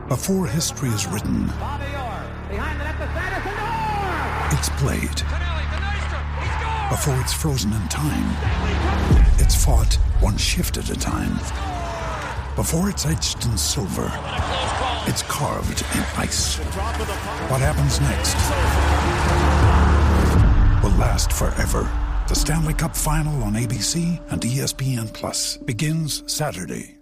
Before history is written, it's played. Before it's frozen in time, it's fought one shift at a time. Before it's etched in silver, it's carved in ice. What happens next will last forever. The Stanley Cup Final on ABC and ESPN Plus begins Saturday.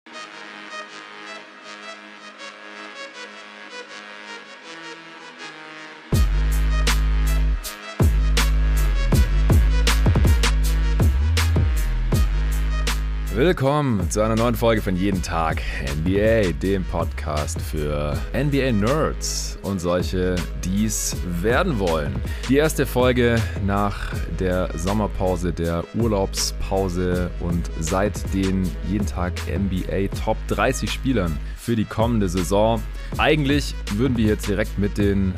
Willkommen zu einer neuen Folge von Jeden Tag NBA, dem Podcast für NBA-Nerds und solche, die es werden wollen. Die erste Folge nach der Sommerpause, der Urlaubspause und seit den Jeden Tag NBA Top 30 Spielern für die kommende Saison. Eigentlich würden wir jetzt direkt mit den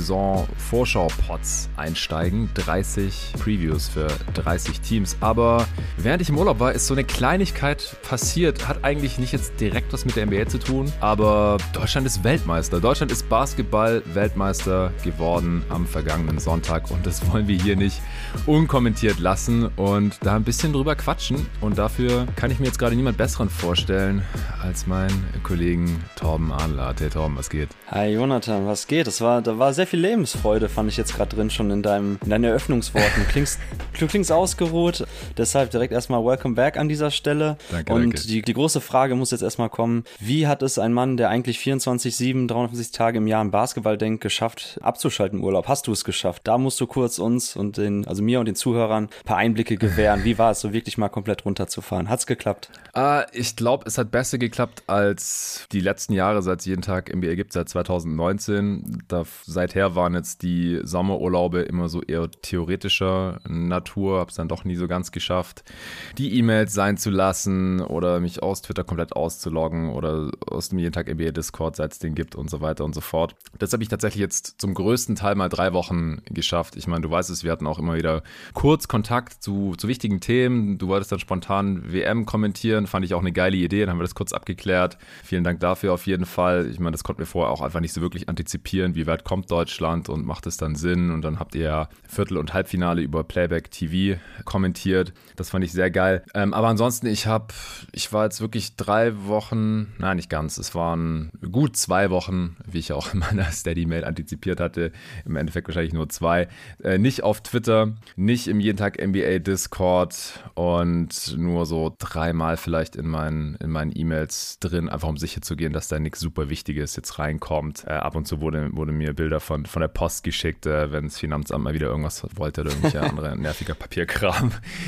Saison-Vorschau-Pods einsteigen. 30 Previews für 30 Teams. Aber während ich im Urlaub war, ist so eine Kleinigkeit passiert. Hat eigentlich nicht jetzt direkt was mit der NBA zu tun. Aber Deutschland ist Weltmeister. Deutschland ist Basketball-Weltmeister geworden am vergangenen Sonntag. Und das wollen wir hier nicht unkommentiert lassen und da ein bisschen drüber quatschen. Und dafür kann ich mir jetzt gerade niemand Besseren vorstellen als meinen Kollegen Torben Adler. Hey Torben, was geht? Hi Jonathan, was geht? Da war sehr viel Lebensfreude, fand ich jetzt gerade drin schon in deinen Eröffnungsworten. Du klingst ausgeruht, deshalb direkt erstmal Welcome back an dieser Stelle. Danke. Die große Frage muss jetzt erstmal kommen, wie hat es ein Mann, der eigentlich 24/7, 350 Tage im Jahr an Basketball denkt, geschafft, abzuschalten im Urlaub? Hast du es geschafft? Da musst du kurz uns und mir und den Zuhörern ein paar Einblicke gewähren. Wie war es, so wirklich mal komplett runterzufahren? Hat's geklappt? Ich glaube, es hat besser geklappt als die letzten Jahre, seit es jeden Tag NBA gibt, seit 2019. Seither waren jetzt die Sommerurlaube immer so eher theoretischer Natur, habe es dann doch nie so ganz geschafft, die E-Mails sein zu lassen oder mich aus Twitter komplett auszuloggen oder aus dem Jeden Tag NBA Discord, seit es den gibt und so weiter und so fort. Das habe ich tatsächlich jetzt zum größten Teil mal 3 Wochen geschafft. Ich meine, du weißt es, wir hatten auch immer wieder kurz Kontakt zu wichtigen Themen. Du wolltest dann spontan WM kommentieren, fand ich auch eine geile Idee, dann haben wir das kurz abgeklärt. Vielen Dank dafür auf jeden Fall. Ich meine, das konnten wir vorher auch einfach nicht so wirklich antizipieren, wie weit kommt Deutschland und macht es dann Sinn, und dann habt ihr ja Viertel- und Halbfinale über Playback TV kommentiert. Das fand ich sehr geil. Aber ansonsten, ich war jetzt wirklich 3 Wochen, nein, nicht ganz, es waren gut 2 Wochen, wie ich auch in meiner Steady-Mail antizipiert hatte, im Endeffekt wahrscheinlich nur 2, nicht auf Twitter, nicht im Jeden Tag NBA Discord und nur so 3-mal vielleicht in meinen E-Mails drin, einfach um sicher zu gehen, dass da nichts super Wichtiges jetzt reinkommt. Ab und zu wurde mir Bilder von der Post geschickt, wenn das Finanzamt mal wieder irgendwas wollte oder irgendwelche andere nerviger Papierkram.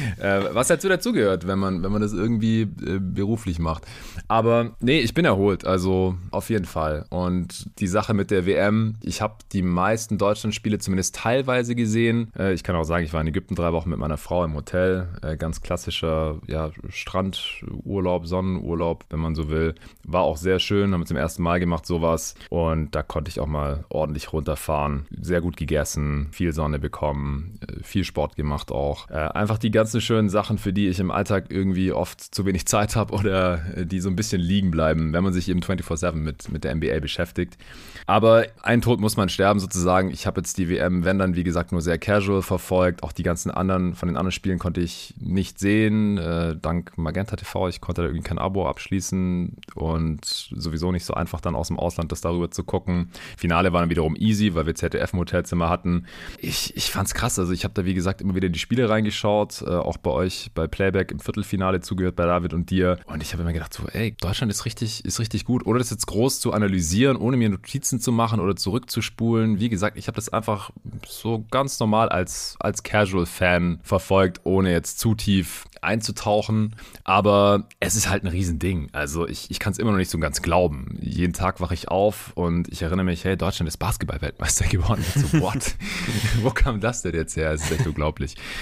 Was dazugehört, wenn man das irgendwie beruflich macht. Aber nee, ich bin erholt, also auf jeden Fall. Und die Sache mit der WM, ich habe die meisten Deutschlandspiele zumindest teilweise gesehen. Ich kann auch sagen, ich war in Ägypten 3 Wochen mit meiner Frau im Hotel. Ganz klassischer Strandurlaub, Sonnenurlaub, wenn man so will. War auch sehr schön, haben wir zum ersten Mal gemacht, sowas. Und da konnte ich auch mal ordentlich runterfahren. Sehr gut gegessen, viel Sonne bekommen, viel Sport gemacht auch. Einfach die ganzen schönen Sachen, für die ich im Alltag irgendwie oft zu wenig Zeit habe oder die so ein bisschen liegen bleiben, wenn man sich eben 24/7 mit der NBA beschäftigt. Aber ein Tod muss man sterben sozusagen. Ich habe jetzt die WM, wenn dann, wie gesagt, nur sehr casual verfolgt. Auch die ganzen von den anderen Spielen konnte ich nicht sehen. Dank Magenta TV, ich konnte da irgendwie kein Abo abschließen und sowieso nicht so einfach dann aus dem Ausland das darüber zu gucken. Finale war dann wiederum easy, weil wir ZDF im Hotelzimmer hatten. Ich fand's krass, also ich habe da wie gesagt immer wieder in die Spiele reingeschaut, auch bei euch bei Playback im Viertelfinale zugehört, bei David und dir, und ich habe immer gedacht so, ey, Deutschland ist richtig gut, ohne das jetzt groß zu analysieren, ohne mir Notizen zu machen oder zurückzuspulen. Wie gesagt, ich habe das einfach so ganz normal als Casual-Fan verfolgt, ohne jetzt zu tief einzutauchen, aber es ist halt ein Riesending. Also ich kann es immer noch nicht so ganz glauben. Jeden Tag wache ich auf und ich erinnere mich, hey, Deutschland ist Basketball-Weltmeister geworden. So, what? Wo kam das denn jetzt her? Es ist echt unglaublich.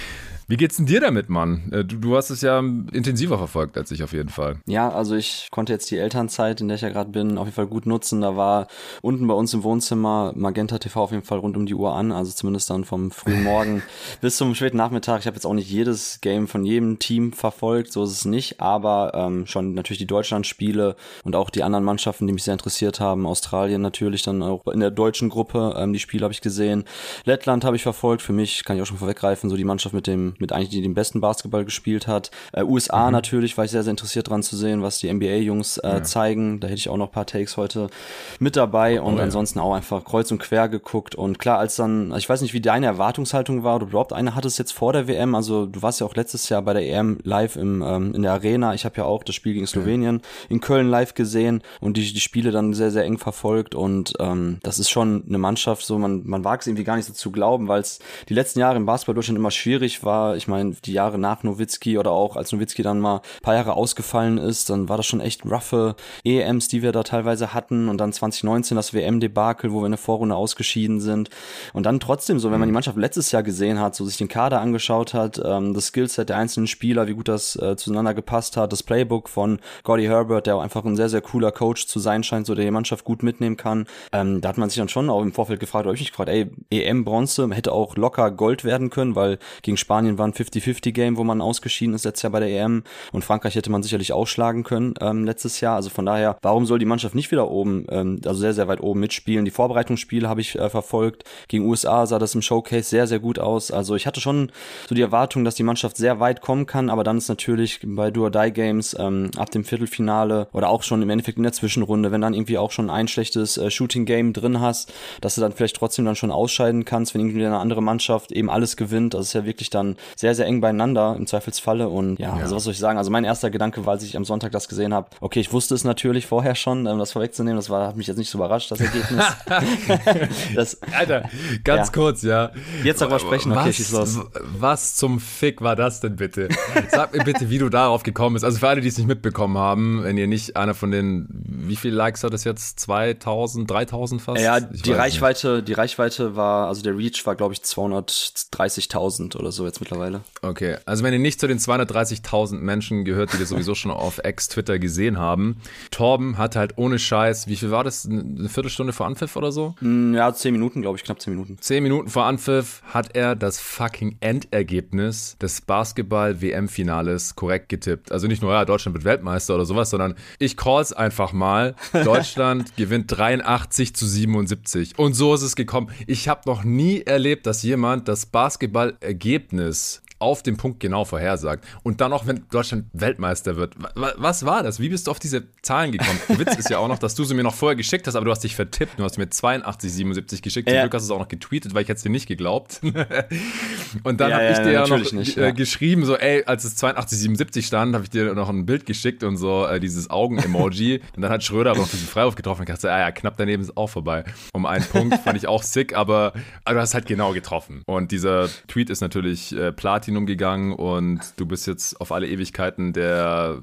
Wie geht's denn dir damit, Mann? Du hast es ja intensiver verfolgt als ich auf jeden Fall. Ja, also ich konnte jetzt die Elternzeit, in der ich ja gerade bin, auf jeden Fall gut nutzen. Da war unten bei uns im Wohnzimmer Magenta TV auf jeden Fall rund um die Uhr an, also zumindest dann vom frühen Morgen bis zum späten Nachmittag. Ich habe jetzt auch nicht jedes Game von jedem Team verfolgt, so ist es nicht, aber schon natürlich die Deutschlandspiele und auch die anderen Mannschaften, die mich sehr interessiert haben. Australien natürlich dann auch in der deutschen Gruppe, die Spiele habe ich gesehen. Lettland habe ich verfolgt, für mich kann ich auch schon vorweggreifen, so die Mannschaft mit eigentlich die den besten Basketball gespielt hat. USA natürlich, war ich sehr, sehr interessiert dran zu sehen, was die NBA-Jungs zeigen. Da hätte ich auch noch ein paar Takes heute mit dabei und ansonsten auch einfach kreuz und quer geguckt. Und klar, als ich weiß nicht, wie deine Erwartungshaltung war, oder überhaupt eine hattest jetzt vor der WM, also du warst ja auch letztes Jahr bei der EM live in der Arena. Ich habe ja auch das Spiel gegen Slowenien in Köln live gesehen und die Spiele dann sehr, sehr eng verfolgt und das ist schon eine Mannschaft, so man wagt es irgendwie gar nicht so zu glauben, weil es die letzten Jahre im Basketball Deutschland immer schwierig war. Ich meine, die Jahre nach Nowitzki oder auch als Nowitzki dann mal ein paar Jahre ausgefallen ist, dann war das schon echt roughe EMs, die wir da teilweise hatten und dann 2019 das WM-Debakel, wo wir in der Vorrunde ausgeschieden sind und dann trotzdem so, wenn man die Mannschaft letztes Jahr gesehen hat, so sich den Kader angeschaut hat, das Skillset der einzelnen Spieler, wie gut das zueinander gepasst hat, das Playbook von Gordy Herbert, der auch einfach ein sehr, sehr cooler Coach zu sein scheint, so der die Mannschaft gut mitnehmen kann. Da hat man sich dann schon auch im Vorfeld gefragt, oder ich mich gefragt, EM-Bronze hätte auch locker Gold werden können, weil gegen Spanien war ein 50-50-Game, wo man ausgeschieden ist letztes Jahr bei der EM und Frankreich hätte man sicherlich ausschlagen können letztes Jahr. Also von daher, warum soll die Mannschaft nicht wieder oben, also sehr, sehr weit oben mitspielen? Die Vorbereitungsspiele habe ich verfolgt. Gegen USA sah das im Showcase sehr, sehr gut aus. Also ich hatte schon so die Erwartung, dass die Mannschaft sehr weit kommen kann, aber dann ist natürlich bei Do-or-Die-Games ab dem Viertelfinale oder auch schon im Endeffekt in der Zwischenrunde, wenn dann irgendwie auch schon ein schlechtes Shooting-Game drin hast, dass du dann vielleicht trotzdem dann schon ausscheiden kannst, wenn irgendwie eine andere Mannschaft eben alles gewinnt. Das ist ja wirklich dann sehr, sehr eng beieinander im Zweifelsfalle und also was soll ich sagen? Also mein erster Gedanke war, als ich am Sonntag das gesehen habe, okay, ich wusste es natürlich vorher schon, das vorwegzunehmen, hat mich jetzt nicht so überrascht, das Ergebnis. Alter, ganz kurz, Jetzt darüber sprechen, okay, schieß los. Was zum Fick war das denn bitte? Sag mir bitte, wie du darauf gekommen bist. Also für alle, die es nicht mitbekommen haben, wenn ihr nicht einer von den, wie viele Likes hat das jetzt? 2000, 3000 fast? Ja, die Reichweite war, also der Reach war, glaube ich, 230.000 oder so jetzt mittlerweile. Okay, also wenn ihr nicht zu den 230.000 Menschen gehört, die wir sowieso schon auf Twitter gesehen haben, Torben hat halt ohne Scheiß, wie viel war das? Eine Viertelstunde vor Anpfiff oder so? Ja, 10 Minuten, glaube ich, knapp 10 Minuten. 10 Minuten vor Anpfiff hat er das fucking Endergebnis des Basketball-WM-Finales korrekt getippt. Also nicht nur, Deutschland wird Weltmeister oder sowas, sondern ich call's einfach mal. Deutschland gewinnt 83-77. Und so ist es gekommen. Ich habe noch nie erlebt, dass jemand das Basketball-Ergebnis auf den Punkt genau vorhersagt. Und dann auch, wenn Deutschland Weltmeister wird. Was war das? Wie bist du auf diese Zahlen gekommen? Der Witz ist ja auch noch, dass du sie mir noch vorher geschickt hast, aber du hast dich vertippt. Du hast mir 82-77 geschickt. Zum Glück hast du es auch noch getweetet, weil ich hätte es dir nicht geglaubt. Und dann habe ich dir ja noch geschrieben, so, als es 82-77 stand, habe ich dir noch ein Bild geschickt und so dieses Augen-Emoji. Und dann hat Schröder aber noch diesen Freiwurf getroffen. Und ich dachte, knapp daneben ist auch vorbei. Um einen Punkt fand ich auch sick, aber du hast halt genau getroffen. Und dieser Tweet ist natürlich Platinum gegangen und du bist jetzt auf alle Ewigkeiten der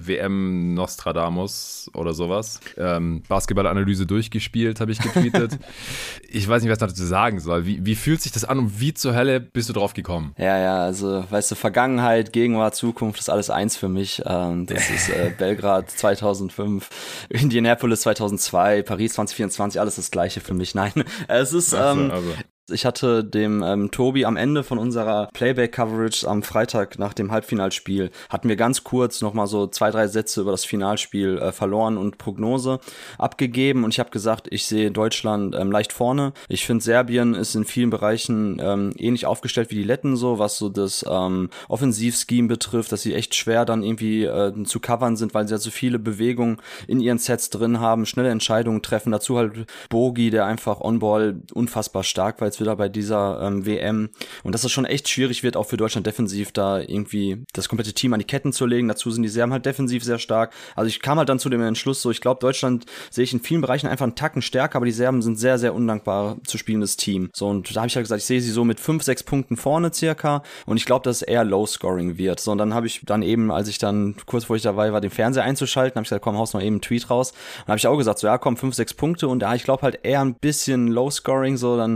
WM Nostradamus oder sowas. Basketballanalyse durchgespielt, habe ich getweetet. Ich weiß nicht, was ich dazu sagen soll. Wie fühlt sich das an und wie zur Hölle bist du drauf gekommen? Ja, also weißt du, Vergangenheit, Gegenwart, Zukunft ist alles eins für mich. Das ist Belgrad 2005, Indianapolis 2002, Paris 2024, alles das Gleiche für mich. Nein, es ist ich hatte dem Tobi am Ende von unserer Playback-Coverage am Freitag nach dem Halbfinalspiel, hatten wir ganz kurz nochmal so 2-3 Sätze über das Finalspiel verloren und Prognose abgegeben und ich habe gesagt, ich sehe Deutschland leicht vorne. Ich finde, Serbien ist in vielen Bereichen ähnlich aufgestellt wie die Letten so, was so das Offensivscheme betrifft, dass sie echt schwer dann irgendwie zu covern sind, weil sie halt so viele Bewegungen in ihren Sets drin haben, schnelle Entscheidungen treffen. Dazu halt Bogi, der einfach on-ball unfassbar stark war jetzt wieder bei dieser WM und dass es schon echt schwierig wird, auch für Deutschland defensiv da irgendwie das komplette Team an die Ketten zu legen. Dazu sind die Serben halt defensiv sehr stark. Also ich kam halt dann zu dem Entschluss, so ich glaube, Deutschland sehe ich in vielen Bereichen einfach einen Tacken stärker, aber die Serben sind sehr, sehr undankbar zu spielendes Team. So und da habe ich halt gesagt, ich sehe sie so mit 5-6 Punkten vorne circa und ich glaube, dass es eher Low-Scoring wird. So und dann habe ich dann eben, als ich dann kurz vor ich dabei war, den Fernseher einzuschalten, habe ich gesagt, komm, haust noch eben einen Tweet raus. Dann habe ich auch gesagt, so 5-6 Punkte und ich glaube halt eher ein bisschen Low-Scoring, so dann bin ich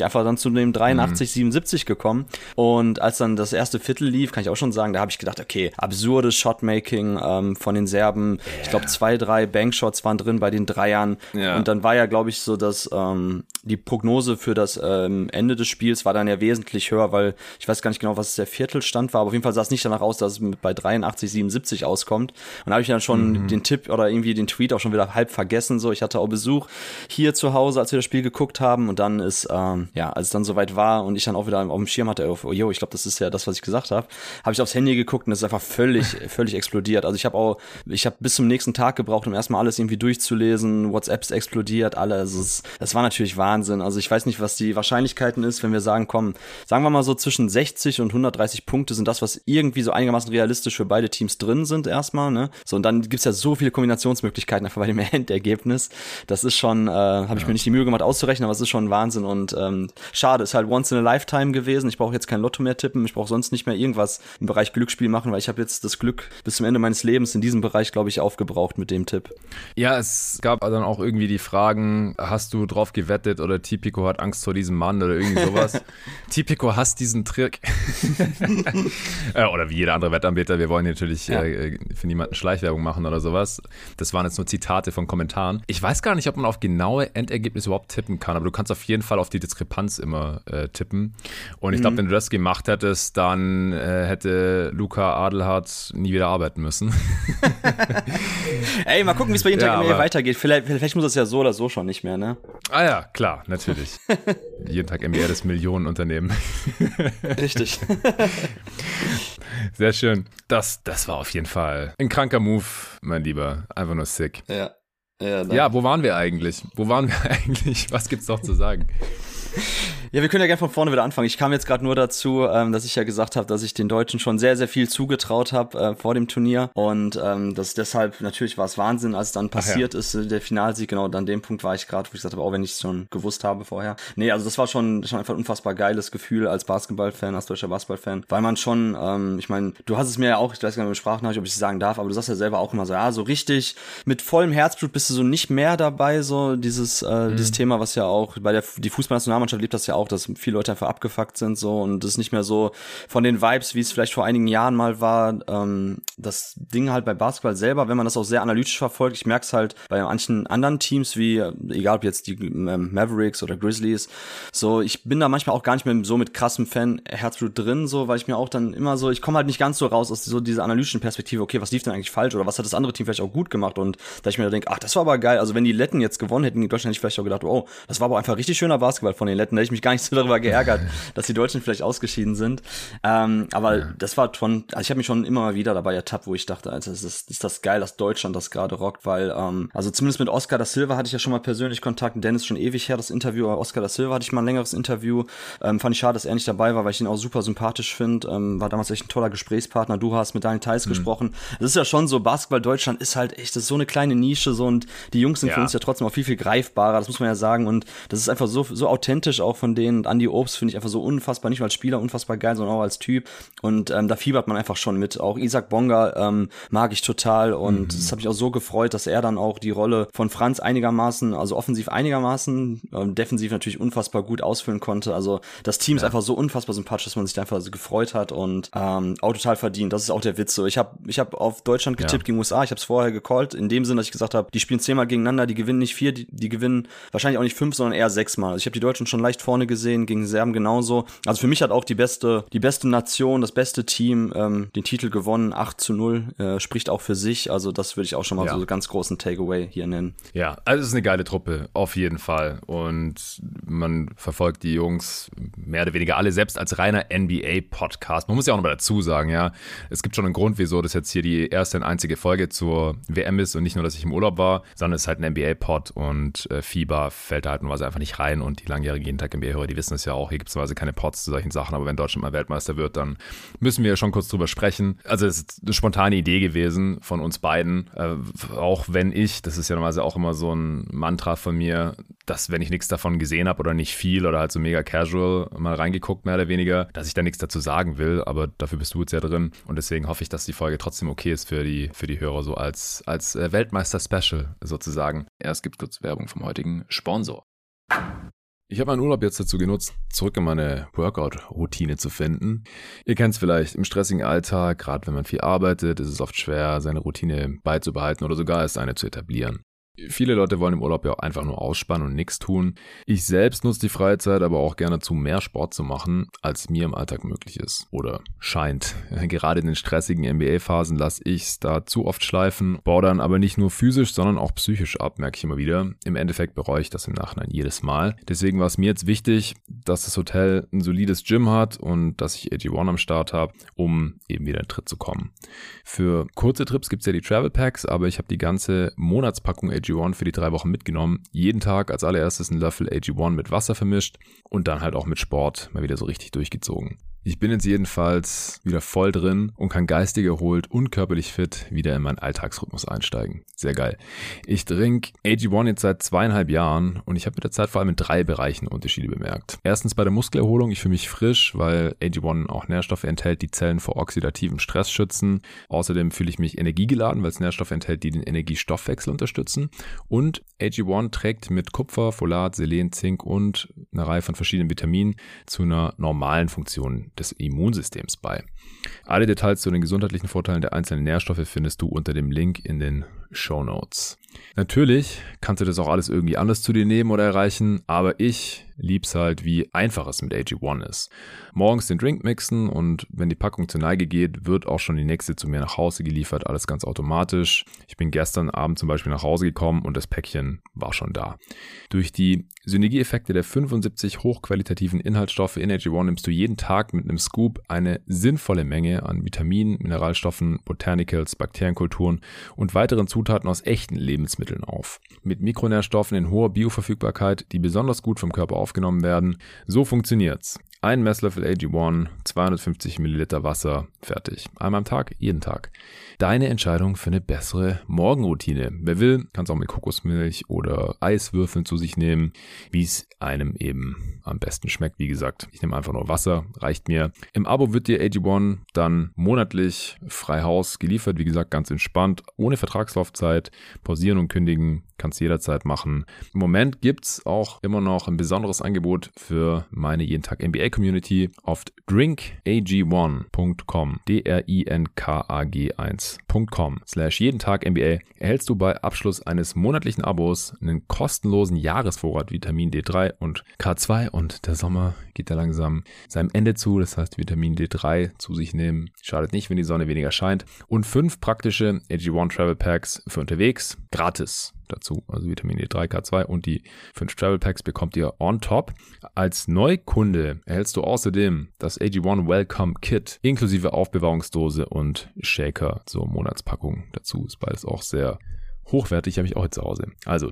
einfach dann zu dem 83-77 gekommen. Und als dann das erste Viertel lief, kann ich auch schon sagen, da habe ich gedacht, okay, absurdes Shotmaking von den Serben. Ich glaube, 2-3 Bankshots waren drin bei den Dreiern. Und dann war ja, glaube ich, so, dass die Prognose für das Ende des Spiels war dann ja wesentlich höher, weil ich weiß gar nicht genau, was der Viertelstand war, aber auf jeden Fall sah es nicht danach aus, dass es bei 83-77 auskommt. Und da habe ich dann schon den Tipp oder irgendwie den Tweet auch schon wieder halb vergessen. So, ich hatte auch Besuch hier zu Hause, als wir das Spiel geguckt haben, und dann ist, als es dann soweit war und ich dann auch wieder auf dem Schirm hatte, ich glaube, das ist ja das, was ich gesagt habe ich aufs Handy geguckt und es ist einfach völlig explodiert. Also ich habe bis zum nächsten Tag gebraucht, um erstmal alles irgendwie durchzulesen, WhatsApps explodiert, alles. Das war natürlich Wahnsinn. Also ich weiß nicht, was die Wahrscheinlichkeiten ist, wenn wir sagen, komm, sagen wir mal so zwischen 60 und 130 Punkte sind das, was irgendwie so einigermaßen realistisch für beide Teams drin sind erstmal, ne? So, und dann gibt's ja so viele Kombinationsmöglichkeiten einfach bei dem Endergebnis. Das ist schon, habe ich mir nicht die Mühe gemacht auszurechnen, aber es ist schon Wahnsinn und schade, ist halt once in a lifetime gewesen. Ich brauche jetzt kein Lotto mehr tippen, ich brauche sonst nicht mehr irgendwas im Bereich Glücksspiel machen, weil ich habe jetzt das Glück bis zum Ende meines Lebens in diesem Bereich, glaube ich, aufgebraucht mit dem Tipp. Ja, es gab dann auch irgendwie die Fragen, hast du drauf gewettet oder Tipico hat Angst vor diesem Mann oder irgendwie sowas. Tipico hasst diesen Trick. Oder wie jeder andere Wettanbieter, wir wollen hier natürlich für niemanden Schleichwerbung machen oder sowas. Das waren jetzt nur Zitate von Kommentaren. Ich weiß gar nicht, ob man auf genaue Endergebnisse überhaupt tippen kann, aber du kannst auf jeden Fall auf die Diskrepanz immer tippen. Und ich glaube, wenn du das gemacht hättest, dann hätte Luca Adelhardt nie wieder arbeiten müssen. Ey, mal gucken, wie es bei Jeden Tag NBA weitergeht. Vielleicht muss es ja so oder so schon nicht mehr, ne? Ah ja, klar, natürlich. Jeden Tag NBA, das Millionenunternehmen. Richtig. Sehr schön. Das war auf jeden Fall ein kranker Move, mein Lieber. Einfach nur sick. Ja, wo waren wir eigentlich? Was gibt's noch zu sagen? Ja, wir können ja gerne von vorne wieder anfangen. Ich kam jetzt gerade nur dazu, dass ich ja gesagt habe, dass ich den Deutschen schon sehr, sehr viel zugetraut habe vor dem Turnier und dass deshalb, natürlich war es Wahnsinn, als es dann passiert ist, der Finalsieg, genau, an dem Punkt war ich gerade, wo ich gesagt habe, auch wenn ich es schon gewusst habe vorher. Nee, also das war schon einfach ein unfassbar geiles Gefühl als Basketballfan, als deutscher Basketballfan, weil man schon, ich meine, du hast es mir ja auch, ich weiß gar nicht, ob ich es sagen darf, aber du sagst ja selber auch immer so, ja, so richtig mit vollem Herzblut bist du so nicht mehr dabei, so dieses Thema, was ja auch die Fußballnationalmannschaft lebt das ja auch, dass viele Leute einfach abgefuckt sind so und das ist nicht mehr so von den Vibes, wie es vielleicht vor einigen Jahren mal war. Das Ding halt bei Basketball selber, wenn man das auch sehr analytisch verfolgt, ich merke es halt bei manchen anderen Teams, wie, egal ob jetzt die Mavericks oder Grizzlies, so, ich bin da manchmal auch gar nicht mehr so mit krassem Fan-Herzblut drin, so, weil ich mir auch dann immer so, ich komme halt nicht ganz so raus aus so dieser analytischen Perspektive, okay, was lief denn eigentlich falsch oder was hat das andere Team vielleicht auch gut gemacht und da ich mir denke, ach, das war aber geil, also wenn die Letten jetzt gewonnen hätten, in Deutschland hätte ich vielleicht auch gedacht, oh, das war aber einfach richtig schöner Basketball von den Letten, da hätte ich mich gar nicht so darüber geärgert, dass die Deutschen vielleicht ausgeschieden sind. Aber das war schon, also ich habe mich schon immer mal wieder dabei ertappt, wo ich dachte, also ist das geil, dass Deutschland das gerade rockt, weil, also zumindest mit Oscar da Silva hatte ich ja schon mal persönlich Kontakt, Dennis schon ewig her, das Interview, aber Oscar da Silva hatte ich mal ein längeres Interview, fand ich schade, dass er nicht dabei war, weil ich ihn auch super sympathisch finde, war damals echt ein toller Gesprächspartner, du hast mit Daniel Theis gesprochen, das ist ja schon so, Basketball Deutschland ist halt echt, das ist so eine kleine Nische so und die Jungs sind für uns ja trotzdem auch viel, viel greifbarer, das muss man ja sagen und das ist einfach so authentisch auch von denen. Andi Obst finde ich einfach so unfassbar, nicht nur als Spieler unfassbar geil, sondern auch als Typ und da fiebert man einfach schon mit. Auch Isaac Bonga mag ich total und es hat mich auch so gefreut, dass er dann auch die Rolle von Franz einigermaßen, also offensiv einigermaßen, defensiv natürlich unfassbar gut ausfüllen konnte. Also das Team ist einfach so unfassbar sympathisch, dass man sich da einfach so gefreut hat und auch total verdient. Das ist auch der Witz so. Ich hab auf Deutschland getippt gegen USA, ich habe es vorher gecallt, in dem Sinne, dass ich gesagt habe, die spielen 10-mal gegeneinander, die gewinnen nicht 4, die gewinnen wahrscheinlich auch nicht 5, sondern eher 6-mal. Also ich habe die Deutschen schon leicht vorne gesehen, gegen Serben genauso. Also für mich hat auch die beste Nation, das beste Team den Titel gewonnen, 8-0, spricht auch für sich. Also das würde ich auch schon mal so ganz großen Takeaway hier nennen. Ja, also es ist eine geile Truppe, auf jeden Fall. Und man verfolgt die Jungs mehr oder weniger alle, selbst als reiner NBA-Podcast. Man muss ja auch noch mal dazu sagen, ja, es gibt schon einen Grund, wieso das jetzt hier die erste und einzige Folge zur WM ist und nicht nur, dass ich im Urlaub war, sondern es ist halt ein NBA-Pod und FIBA fällt da halt nur einfach nicht rein und die langjährigen Jeden Tag NBA-Hörer, die wissen es ja auch, hier gibt es normalerweise keine Pods zu solchen Sachen, aber wenn Deutschland mal Weltmeister wird, dann müssen wir ja schon kurz drüber sprechen. Also es ist eine spontane Idee gewesen von uns beiden, auch wenn das ist ja normalerweise auch immer so ein Mantra von mir, dass wenn ich nichts davon gesehen habe oder nicht viel oder halt so mega casual mal reingeguckt, mehr oder weniger, dass ich da nichts dazu sagen will, aber dafür bist du jetzt ja drin und deswegen hoffe ich, dass die Folge trotzdem okay ist für die Hörer so als Weltmeister-Special sozusagen. Erst gibt es kurz Werbung vom heutigen Sponsor. Ich habe meinen Urlaub jetzt dazu genutzt, zurück in meine Workout-Routine zu finden. Ihr kennt es vielleicht, im stressigen Alltag, gerade wenn man viel arbeitet, ist es oft schwer, seine Routine beizubehalten oder sogar erst eine zu etablieren. Viele Leute wollen im Urlaub ja auch einfach nur ausspannen und nichts tun. Ich selbst nutze die Freizeit aber auch gerne dazu, mehr Sport zu machen, als mir im Alltag möglich ist. Oder scheint. Gerade in den stressigen NBA-Phasen lasse ich es da zu oft schleifen, baue dann aber nicht nur physisch, sondern auch psychisch ab, merke ich immer wieder. Im Endeffekt bereue ich das im Nachhinein jedes Mal. Deswegen war es mir jetzt wichtig, dass das Hotel ein solides Gym hat und dass ich AG1 am Start habe, um eben wieder in Tritt zu kommen. Für kurze Trips gibt es ja die Travel Packs, aber ich habe die ganze Monatspackung AG1 für die 3 Wochen mitgenommen. Jeden Tag als allererstes einen Löffel AG1 mit Wasser vermischt und dann halt auch mit Sport mal wieder so richtig durchgezogen. Ich bin jetzt jedenfalls wieder voll drin und kann geistig erholt und körperlich fit wieder in meinen Alltagsrhythmus einsteigen. Sehr geil. Ich trinke AG1 jetzt seit 2,5 Jahren und ich habe mit der Zeit vor allem in 3 Bereichen Unterschiede bemerkt. Erstens bei der Muskelerholung, ich fühle mich frisch, weil AG1 auch Nährstoffe enthält, die Zellen vor oxidativem Stress schützen. Außerdem fühle ich mich energiegeladen, weil es Nährstoffe enthält, die den Energiestoffwechsel unterstützen. Und AG1 trägt mit Kupfer, Folat, Selen, Zink und einer Reihe von verschiedenen Vitaminen zu einer normalen Funktion des Immunsystems bei. Alle Details zu den gesundheitlichen Vorteilen der einzelnen Nährstoffe findest du unter dem Link in den Shownotes. Natürlich kannst du das auch alles irgendwie anders zu dir nehmen oder erreichen, aber ich lieb's halt, wie einfach es mit AG1 ist. Morgens den Drink mixen und wenn die Packung zur Neige geht, wird auch schon die nächste zu mir nach Hause geliefert, alles ganz automatisch. Ich bin gestern Abend zum Beispiel nach Hause gekommen und das Päckchen war schon da. Durch die Synergieeffekte der 75 hochqualitativen Inhaltsstoffe in AG1 nimmst du jeden Tag mit einem Scoop eine sinnvolle Menge an Vitaminen, Mineralstoffen, Botanicals, Bakterienkulturen und weiteren Zutaten aus echten Lebensmitteln auf. Mit Mikronährstoffen in hoher Bioverfügbarkeit, die besonders gut vom Körper aufgenommen werden. So funktioniert's. Ein Messlöffel AG1, 250 Milliliter Wasser, fertig. Einmal am Tag, jeden Tag. Deine Entscheidung für eine bessere Morgenroutine. Wer will, kann es auch mit Kokosmilch oder Eiswürfeln zu sich nehmen, wie es einem eben am besten schmeckt. Wie gesagt, ich nehme einfach nur Wasser, reicht mir. Im Abo wird dir AG1 dann monatlich frei Haus geliefert. Wie gesagt, ganz entspannt, ohne Vertragslaufzeit. Pausieren und kündigen kannst du jederzeit machen. Im Moment gibt's auch immer noch ein besonderes Angebot für meine jeden Tag NBA Community auf drinkag1.com, drinkag1.com/jeden Tag NBA erhältst du bei Abschluss eines monatlichen Abos einen kostenlosen Jahresvorrat Vitamin D3 und K2 und der Sommer geht da langsam seinem Ende zu, das heißt Vitamin D3 zu sich nehmen, schadet nicht, wenn die Sonne weniger scheint und 5 praktische AG1 Travel Packs für unterwegs, gratis. Dazu, also Vitamin D3, K2 und die 5 Travel Packs bekommt ihr on top. Als Neukunde erhältst du außerdem das AG1 Welcome Kit inklusive Aufbewahrungsdose und Shaker zur Monatspackung. Dazu ist beides auch sehr hochwertig, habe ich auch jetzt zu Hause. Also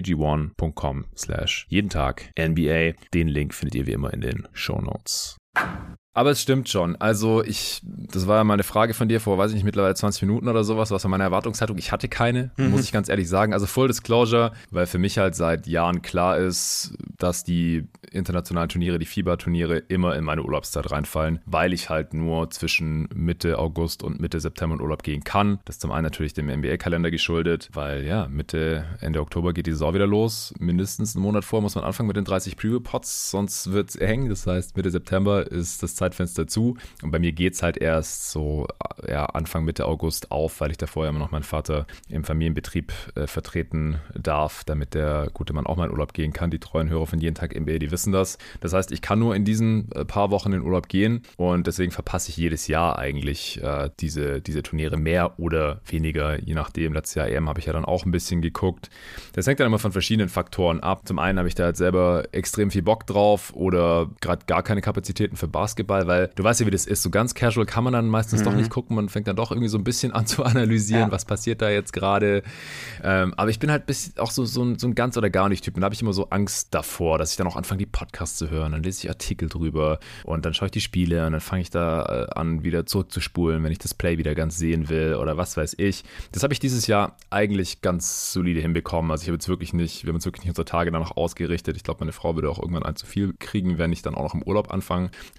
drinkag1.com/jeden Tag NBA. Den Link findet ihr wie immer in den Shownotes. Aber es stimmt schon. Also das war ja mal eine Frage von dir vor, weiß ich nicht, mittlerweile 20 Minuten oder sowas. Was war meine Erwartungshaltung? Ich hatte keine, muss ich ganz ehrlich sagen. Also Full Disclosure, weil für mich halt seit Jahren klar ist, dass die internationalen Turniere, die FIBA-Turniere immer in meine Urlaubszeit reinfallen, weil ich halt nur zwischen Mitte August und Mitte September in Urlaub gehen kann. Das ist zum einen natürlich dem NBA-Kalender geschuldet, weil ja, Ende Oktober geht die Saison wieder los. Mindestens einen Monat vor muss man anfangen mit den 30 Preview-Pots, sonst wird es eng. Das heißt, Mitte September ist das Zeitfenster zu. Und bei mir geht es halt erst so Anfang, Mitte August auf, weil ich da vorher immer noch meinen Vater im Familienbetrieb vertreten darf, damit der gute Mann auch mal in Urlaub gehen kann. Die treuen Hörer von jeden Tag NBA, die wissen das. Das heißt, ich kann nur in diesen paar Wochen in Urlaub gehen und deswegen verpasse ich jedes Jahr eigentlich diese Turniere mehr oder weniger, je nachdem. Letztes Jahr EM habe ich ja dann auch ein bisschen geguckt. Das hängt dann immer von verschiedenen Faktoren ab. Zum einen habe ich da halt selber extrem viel Bock drauf oder gerade gar keine Kapazitäten für Basketball, weil du weißt ja, wie das ist. So ganz casual kann man dann meistens doch nicht gucken. Man fängt dann doch irgendwie so ein bisschen an zu analysieren, was passiert da jetzt gerade. Aber ich bin halt auch so ein ganz oder gar nicht Typ. Und da habe ich immer so Angst davor, dass ich dann auch anfange, die Podcasts zu hören. Dann lese ich Artikel drüber und dann schaue ich die Spiele und dann fange ich da an, wieder zurückzuspulen, wenn ich das Play wieder ganz sehen will oder was weiß ich. Das habe ich dieses Jahr eigentlich ganz solide hinbekommen. Also wir haben uns wirklich nicht unsere Tage danach ausgerichtet. Ich glaube, meine Frau würde auch irgendwann ein zu viel kriegen, wenn ich dann auch noch im Urlaub anfange, die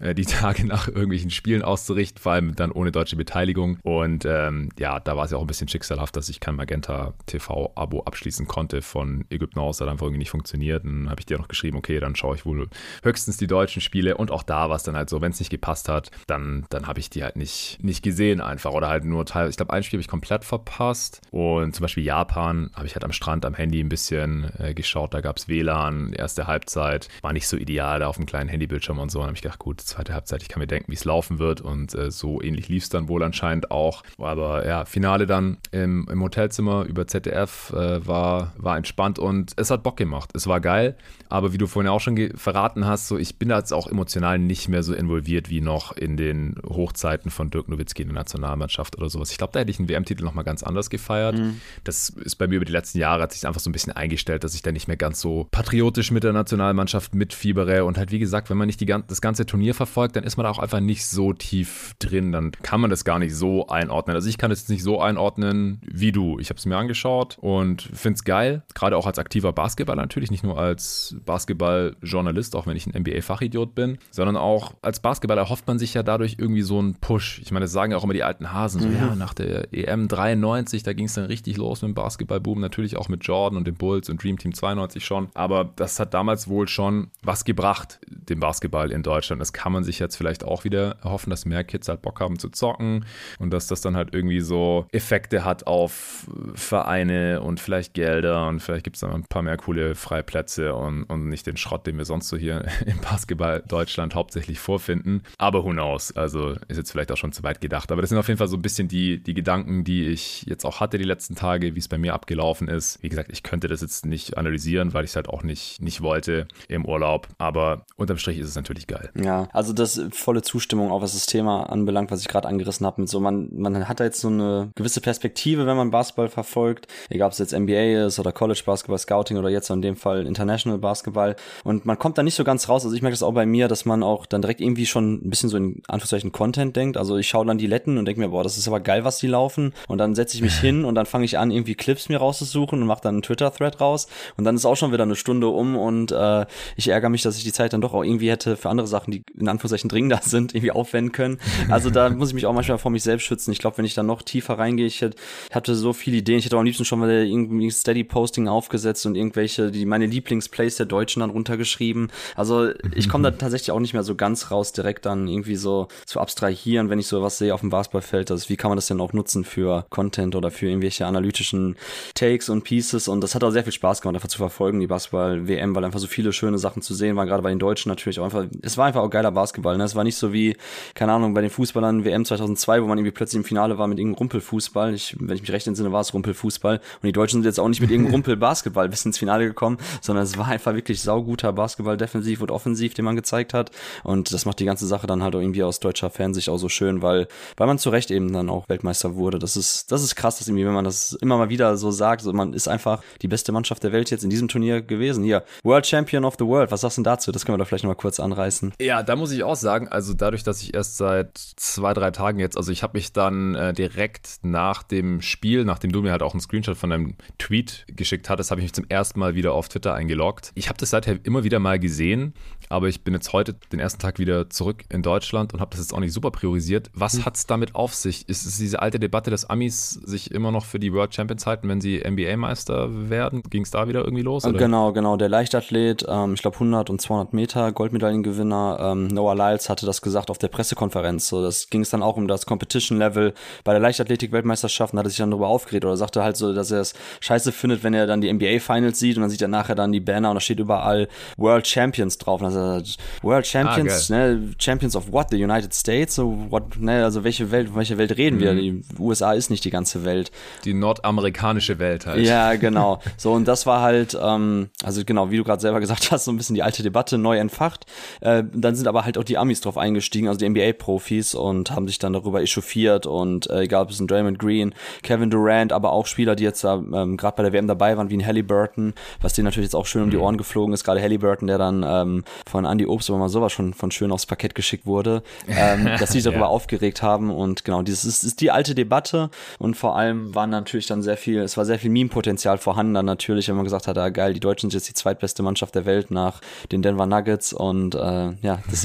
Tage nach irgendwelchen Spielen auszurichten, vor allem dann ohne deutsche Beteiligung. Und da war es ja auch ein bisschen schicksalhaft, dass ich kein Magenta TV-Abo abschließen konnte von Ägypten aus, hat einfach irgendwie nicht funktioniert. Und dann habe ich dir noch geschrieben, okay, dann schaue ich wohl höchstens die deutschen Spiele. Und auch da war es dann halt so, wenn es nicht gepasst hat, dann habe ich die halt nicht gesehen einfach. Oder halt nur teilweise, ich glaube, ein Spiel habe ich komplett verpasst. Und zum Beispiel Japan habe ich halt am Strand am Handy ein bisschen geschaut. Da gab es WLAN, erste Halbzeit. War nicht so ideal da auf dem kleinen Handybildschirm und so. Und dann habe ich gedacht, gut, zweite Halbzeit, ich kann mir denken, wie es laufen wird. Und so ähnlich lief es dann wohl anscheinend auch. Aber ja, Finale dann im Hotelzimmer über ZDF war entspannt und es hat Bock gemacht. Es war geil. Aber wie du vorhin auch schon verraten hast, so ich bin da jetzt auch emotional nicht mehr so involviert wie noch in den Hochzeiten von Dirk Nowitzki in der Nationalmannschaft oder sowas. Ich glaube, da hätte ich einen WM-Titel nochmal ganz anders gefeiert. Das ist bei mir über die letzten Jahre, hat sich einfach so ein bisschen eingestellt, dass ich da nicht mehr ganz so patriotisch mit der Nationalmannschaft mitfiebere. Und halt, wie gesagt, wenn man nicht das ganze Turnier verfolgt, dann ist man da auch einfach nicht so tief drin. Dann kann man das gar nicht so einordnen. Also ich kann es jetzt nicht so einordnen wie du. Ich habe es mir angeschaut und finde es geil. Gerade auch als aktiver Basketballer natürlich, nicht nur als Basketballjournalist, auch wenn ich ein NBA-Fachidiot bin, sondern auch als Basketballer hofft man sich ja dadurch irgendwie so einen Push. Ich meine, das sagen ja auch immer die alten Hasen, so ja, nach der EM 93, da ging es dann richtig los mit dem Basketballboom, natürlich auch mit Jordan und den Bulls und Dream Team 92 schon, aber das hat damals wohl schon was gebracht, dem Basketball in Deutschland. Das kann man sich jetzt vielleicht auch wieder erhoffen, dass mehr Kids halt Bock haben zu zocken und dass das dann halt irgendwie so Effekte hat auf Vereine und vielleicht Gelder und vielleicht gibt es dann ein paar mehr coole Freiplätze und nicht den Schrott, den wir sonst so hier im Basketball Deutschland hauptsächlich vorfinden. Aber who knows? Also ist jetzt vielleicht auch schon zu weit gedacht. Aber das sind auf jeden Fall so ein bisschen die Gedanken, die ich jetzt auch hatte die letzten Tage, wie es bei mir abgelaufen ist. Wie gesagt, ich könnte das jetzt nicht analysieren, weil ich es halt auch nicht wollte im Urlaub. Aber unterm Strich ist es natürlich geil. Ja, also das volle Zustimmung, auch was das Thema anbelangt, was ich gerade angerissen habe. Mit so man hat da jetzt so eine gewisse Perspektive, wenn man Basketball verfolgt. Egal, ob es jetzt NBA ist oder College Basketball, Scouting oder jetzt in dem Fall International Basketball. Und man kommt da nicht so ganz raus. Also ich merke das auch bei mir, dass man auch dann direkt irgendwie schon ein bisschen so in Anführungszeichen Content denkt. Also ich schaue dann die Letten und denke mir, boah, das ist aber geil, was die laufen. Und dann setze ich mich hin und dann fange ich an, irgendwie Clips mir rauszusuchen und mache dann einen Twitter-Thread raus. Und dann ist auch schon wieder eine Stunde um und ich ärgere mich, dass ich die Zeit dann doch auch irgendwie hätte für andere Sachen, die in Anführungszeichen dringender sind, irgendwie aufwenden können. Also da muss ich mich auch manchmal vor mich selbst schützen. Ich glaube, wenn ich dann noch tiefer reingehe, ich hatte so viele Ideen. Ich hätte auch am liebsten schon mal irgendwie Steady-Posting aufgesetzt und irgendwelche, meine Lieblingsplays der Deutschen dann runtergeschrieben. Also ich komme da tatsächlich auch nicht mehr so ganz raus, direkt dann irgendwie so zu abstrahieren, wenn ich so was sehe auf dem Basketballfeld. Also wie kann man das denn auch nutzen für Content oder für irgendwelche analytischen Takes und Pieces? Und das hat auch sehr viel Spaß gemacht, einfach zu verfolgen, die Basketball-WM, weil einfach so viele schöne Sachen zu sehen waren, gerade bei den Deutschen natürlich auch einfach, es war einfach auch geiler Basketball, ne? Es war nicht so wie, keine Ahnung, bei den Fußballern WM 2002, wo man irgendwie plötzlich im Finale war mit irgendeinem Rumpelfußball. Wenn ich mich recht entsinne, war es Rumpelfußball. Und die Deutschen sind jetzt auch nicht mit irgendeinem Rumpelbasketball bis ins Finale gekommen, sondern es war einfach wirklich sauguter Basketball, defensiv und offensiv, den man gezeigt hat. Und das macht die ganze Sache dann halt auch irgendwie aus deutscher Fansicht auch so schön, weil man zu Recht eben dann auch Weltmeister wurde. Das ist krass, dass irgendwie, wenn man das immer mal wieder so sagt, so man ist einfach die beste Mannschaft der Welt jetzt in diesem Turnier gewesen. Hier, World Champion of the World. Was sagst du denn dazu? Das können wir doch vielleicht noch mal kurz anreißen. Ja, da muss ich auch sagen, also dadurch, dass ich erst seit 2-3 Tagen jetzt, also ich habe mich dann direkt nach dem Spiel, nachdem du mir halt auch einen Screenshot von deinem Tweet geschickt hattest, habe ich mich zum ersten Mal wieder auf Twitter eingeloggt. Ich habe das seither immer wieder mal gesehen, aber ich bin jetzt heute den ersten Tag wieder zurück in Deutschland und habe das jetzt auch nicht super priorisiert. Was hat es damit auf sich? Ist es diese alte Debatte, dass Amis sich immer noch für die World Champions halten, wenn sie NBA-Meister werden? Ging es da wieder irgendwie los? Oder? Genau. Der Leichtathlet, ich glaube 100 und 200 Meter, Goldmedaillengewinner, Noah Lyles hatte das gesagt auf der Pressekonferenz. So, das ging es dann auch um das Competition-Level bei der Leichtathletik-Weltmeisterschaft und hat er sich dann darüber aufgeregt oder sagte halt so, dass er es scheiße findet, wenn er dann die NBA-Finals sieht und dann sieht er nachher dann die Banner und da steht überall World Champions drauf. Und dann sagt er, World Champions, ne, Champions of what? The United States? So what, ne, also welche Welt reden wir? Die USA ist nicht die ganze Welt. Die nordamerikanische Welt halt. Ja, genau. So, und das war halt, also genau, wie du gerade selber gesagt hast, so ein bisschen die alte Debatte neu entfacht. Dann sind aber halt auch die Amis drauf eingestiegen, also die NBA-Profis und haben sich dann darüber echauffiert und egal ob es ein Draymond Green, Kevin Durant, aber auch Spieler, die jetzt gerade bei der WM dabei waren, wie ein Halliburton, was denen natürlich jetzt auch schön um die Ohren geflogen ist, gerade Halliburton, der dann von Andy Obst aber mal sowas schon von schön aufs Parkett geschickt wurde, dass sie sich darüber aufgeregt haben und genau, dieses ist die alte Debatte und vor allem war natürlich dann es war sehr viel Meme-Potenzial vorhanden dann natürlich, wenn man gesagt hat, geil, die Deutschen sind jetzt die zweitbeste Mannschaft der Welt nach den Denver Nuggets und das wäre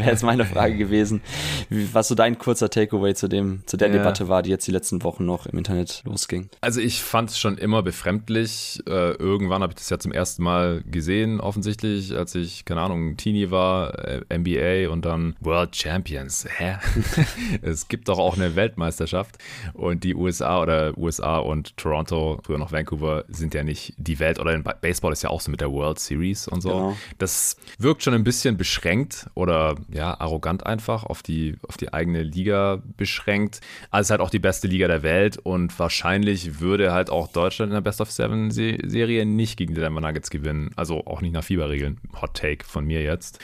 wäre jetzt meine Frage gewesen, was so dein kurzer Takeaway zu der Debatte war, die jetzt die letzten Wochen noch im Internet losging. Also ich fand es schon immer befremdlich. Irgendwann habe ich das ja zum ersten Mal gesehen, offensichtlich, als ich, keine Ahnung, Teenie war, NBA und dann World Champions. Hä? Es gibt doch auch eine Weltmeisterschaft und die USA und Toronto, früher noch Vancouver, sind ja nicht die Welt, oder in Baseball ist ja auch so mit der World Series und so. Genau. Das wirkt schon ein bisschen beschränkt oder ja, arrogant einfach auf die eigene Liga beschränkt. Also es ist halt auch die beste Liga der Welt und wahrscheinlich würde halt auch Deutschland in der Best-of-Seven-Serie nicht gegen die Denver Nuggets gewinnen. Also auch nicht nach Fieberregeln. Hot Take von mir jetzt.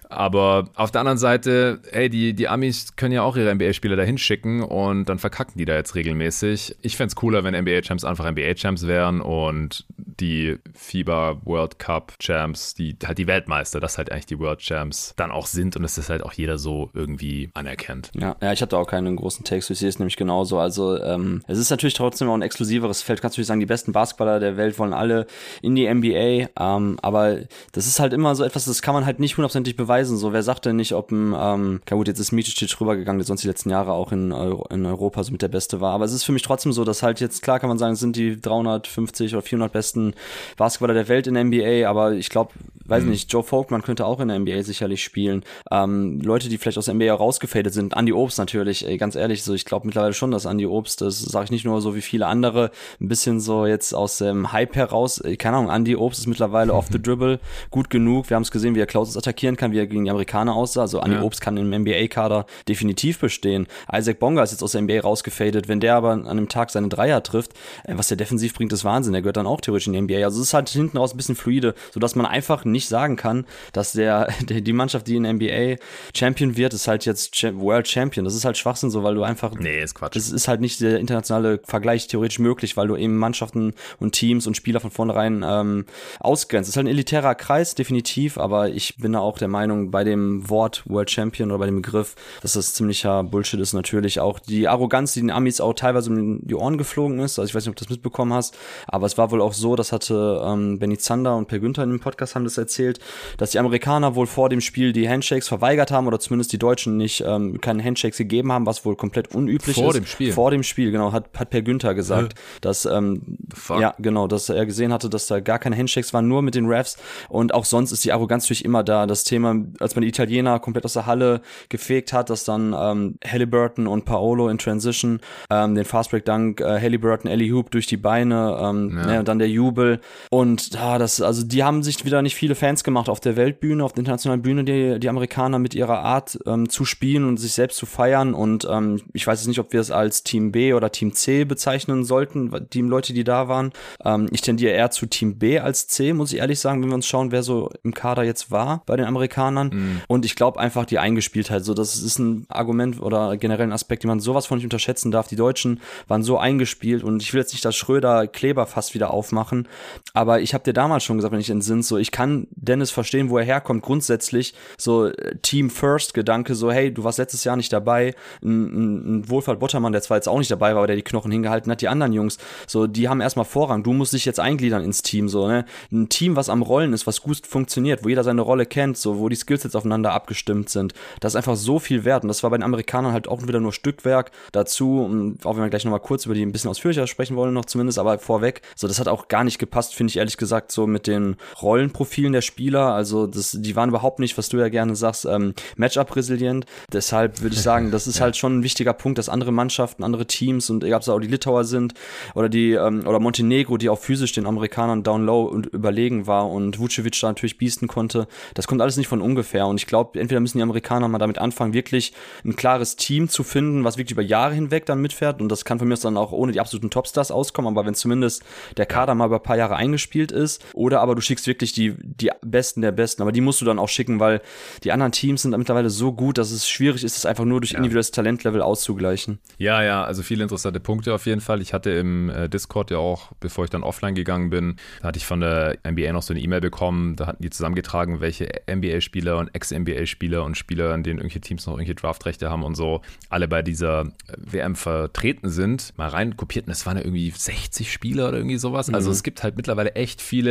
Aber auf der anderen Seite, hey, die Amis können ja auch ihre NBA-Spieler dahin schicken und dann verkacken die da jetzt regelmäßig. Ich fände es cooler, wenn NBA-Champs einfach NBA-Champs wären und die FIBA World Cup Champs, die halt die Weltmeister, das halt eigentlich die World Champs dann auch sind und dass das halt auch jeder so irgendwie anerkennt. Ja, ich hatte auch keinen großen Takes, ich sehe es nämlich genauso. Also es ist natürlich trotzdem auch ein exklusiveres Feld. Kannst du nicht sagen, die besten Basketballer der Welt wollen alle in die NBA, aber das ist halt immer so etwas, das kann man halt nicht hundertprozentig beweisen. So, wer sagt denn nicht, ob gut, jetzt ist Micic rübergegangen, der sonst die letzten Jahre auch in Europa so mit der Beste war. Aber es ist für mich trotzdem so, dass halt jetzt, klar kann man sagen, es sind die 350 oder 400 besten Basketballer der Welt in der NBA, aber ich glaube, weiß nicht, Joe Volkmann könnte auch in der NBA sicherlich spielen. Leute, die vielleicht aus der NBA rausgefadet sind, Andy Obst natürlich, ganz ehrlich, so ich glaube mittlerweile schon, dass Andy Obst, das sage ich nicht nur so wie viele andere, ein bisschen so jetzt aus dem Hype heraus, keine Ahnung, Andy Obst ist mittlerweile off the dribble gut genug. Wir haben es gesehen, wie er Closes attackieren kann, wie er gegen die Amerikaner aussah. Also Andy Obst kann im NBA-Kader definitiv bestehen. Isaac Bonga ist jetzt aus der NBA rausgefadet. Wenn der aber an einem Tag seine Dreier trifft, was der defensiv bringt, ist Wahnsinn. Der gehört dann auch theoretisch in die NBA. Also es ist halt hinten raus ein bisschen fluide, sodass man einfach nicht sagen kann, dass die Mannschaft, die in der NBA Champion wird, ist halt jetzt World Champion. Das ist halt Schwachsinn so, weil du einfach... Nee, ist Quatsch. Es ist halt nicht der internationale Vergleich theoretisch möglich, weil du eben Mannschaften und Teams und Spieler von vornherein ausgrenzt. Es ist halt ein elitärer Kreis, definitiv, aber ich bin da auch der Meinung, bei dem Wort World Champion oder bei dem Begriff, dass das ziemlicher Bullshit ist. Natürlich auch die Arroganz, die den Amis auch teilweise um die Ohren geflogen ist. Also ich weiß nicht, ob du das mitbekommen hast, aber es war wohl auch so, das hatte Benny Zander und Per Günther in dem Podcast haben das erzählt, dass die Amerikaner wohl vor dem Spiel die Handshakes verweigert haben oder zumindest die Deutschen nicht keine Handshakes gegeben haben, was wohl komplett unüblich ist. Vor dem Spiel, genau, hat Per Günther gesagt, dass dass er gesehen hatte, dass da gar keine Handshakes waren, nur mit den Refs und auch sonst ist die Arroganz natürlich immer da. Das Thema, als man die Italiener komplett aus der Halle gefegt hat, dass dann Haliburton und Paolo in Transition den Fastbreak-Dunk, Haliburton, Alley-Hoop durch die Beine, und dann der Jubel und also die haben sich wieder nicht viele Fans gemacht auf der Weltbühne, auf der internationalen Bühne, die Amerikaner mit ihrer Art zu spielen und sich selbst zu feiern und ich weiß jetzt nicht, ob wir es als Team B oder Team C bezeichnen sollten, die Leute, die da waren. Ich tendiere eher zu Team B als C, muss ich ehrlich sagen, wenn wir uns schauen, wer so im Kader jetzt war bei den Amerikanern. Und ich glaube einfach die Eingespieltheit, so das ist ein Argument oder generell ein Aspekt, den man sowas von nicht unterschätzen darf. Die Deutschen waren so eingespielt und ich will jetzt nicht das Schröder-Kleber fast wieder aufmachen, aber ich habe dir damals schon gesagt, wenn ich entsinne, so ich kann Dennis verstehen, wo er herkommt, grundsätzlich so Team-First-Gedanke, so hey, du warst letztes Jahr nicht dabei, ein Wohlfahrt Bottermann, der zwar jetzt auch nicht dabei war, aber der die Knochen hingehalten hat, die anderen Jungs, so die haben erstmal Vorrang, du musst dich jetzt eingliedern ins Team, so ne, ein Team, was am Rollen ist, was gut funktioniert, wo jeder seine Rolle kennt, so wo die Skillsets aufeinander abgestimmt sind, das ist einfach so viel wert und das war bei den Amerikanern halt auch wieder nur Stückwerk dazu, auch wenn wir gleich nochmal kurz über die ein bisschen ausführlicher sprechen wollen noch zumindest, aber vorweg, so das hat auch gar nicht gepasst, finde ich ehrlich gesagt, so mit den Rollenprofilen der Spieler, also die waren überhaupt nicht, was du ja gerne sagst, Matchup-resilient, deshalb würde ich sagen, das ist halt schon ein wichtiger Punkt, dass andere Mannschaften, andere Teams und egal ob es auch die Litauer sind oder oder Montenegro, die auch physisch den Amerikanern down low und überlegen war und Vucevic da natürlich biesten konnte, das kommt alles nicht von ungefähr und ich glaube, entweder müssen die Amerikaner mal damit anfangen, wirklich ein klares Team zu finden, was wirklich über Jahre hinweg dann mitfährt und das kann von mir aus dann auch ohne die absoluten Topstars auskommen, aber wenn zumindest der Kader mal über ein paar Jahre eingespielt ist oder aber du schickst wirklich die Besten der Besten, aber die musst du dann auch schicken, weil die anderen Teams sind mittlerweile so gut, dass es schwierig ist, es einfach nur durch individuelles Talentlevel auszugleichen. Ja, also viele interessante Punkte auf jeden Fall. Ich hatte im Discord ja auch, bevor ich dann offline gegangen bin, da hatte ich von der NBA noch so eine E-Mail bekommen, da hatten die zusammengetragen, welche NBA-Spieler und Ex-NBA-Spieler und Spieler, an denen irgendwelche Teams noch irgendwelche Draftrechte haben und so, alle bei dieser WM vertreten sind, mal rein kopierten, es waren ja irgendwie 60 Spieler oder irgendwie sowas. Also es gibt halt mittlerweile echt viele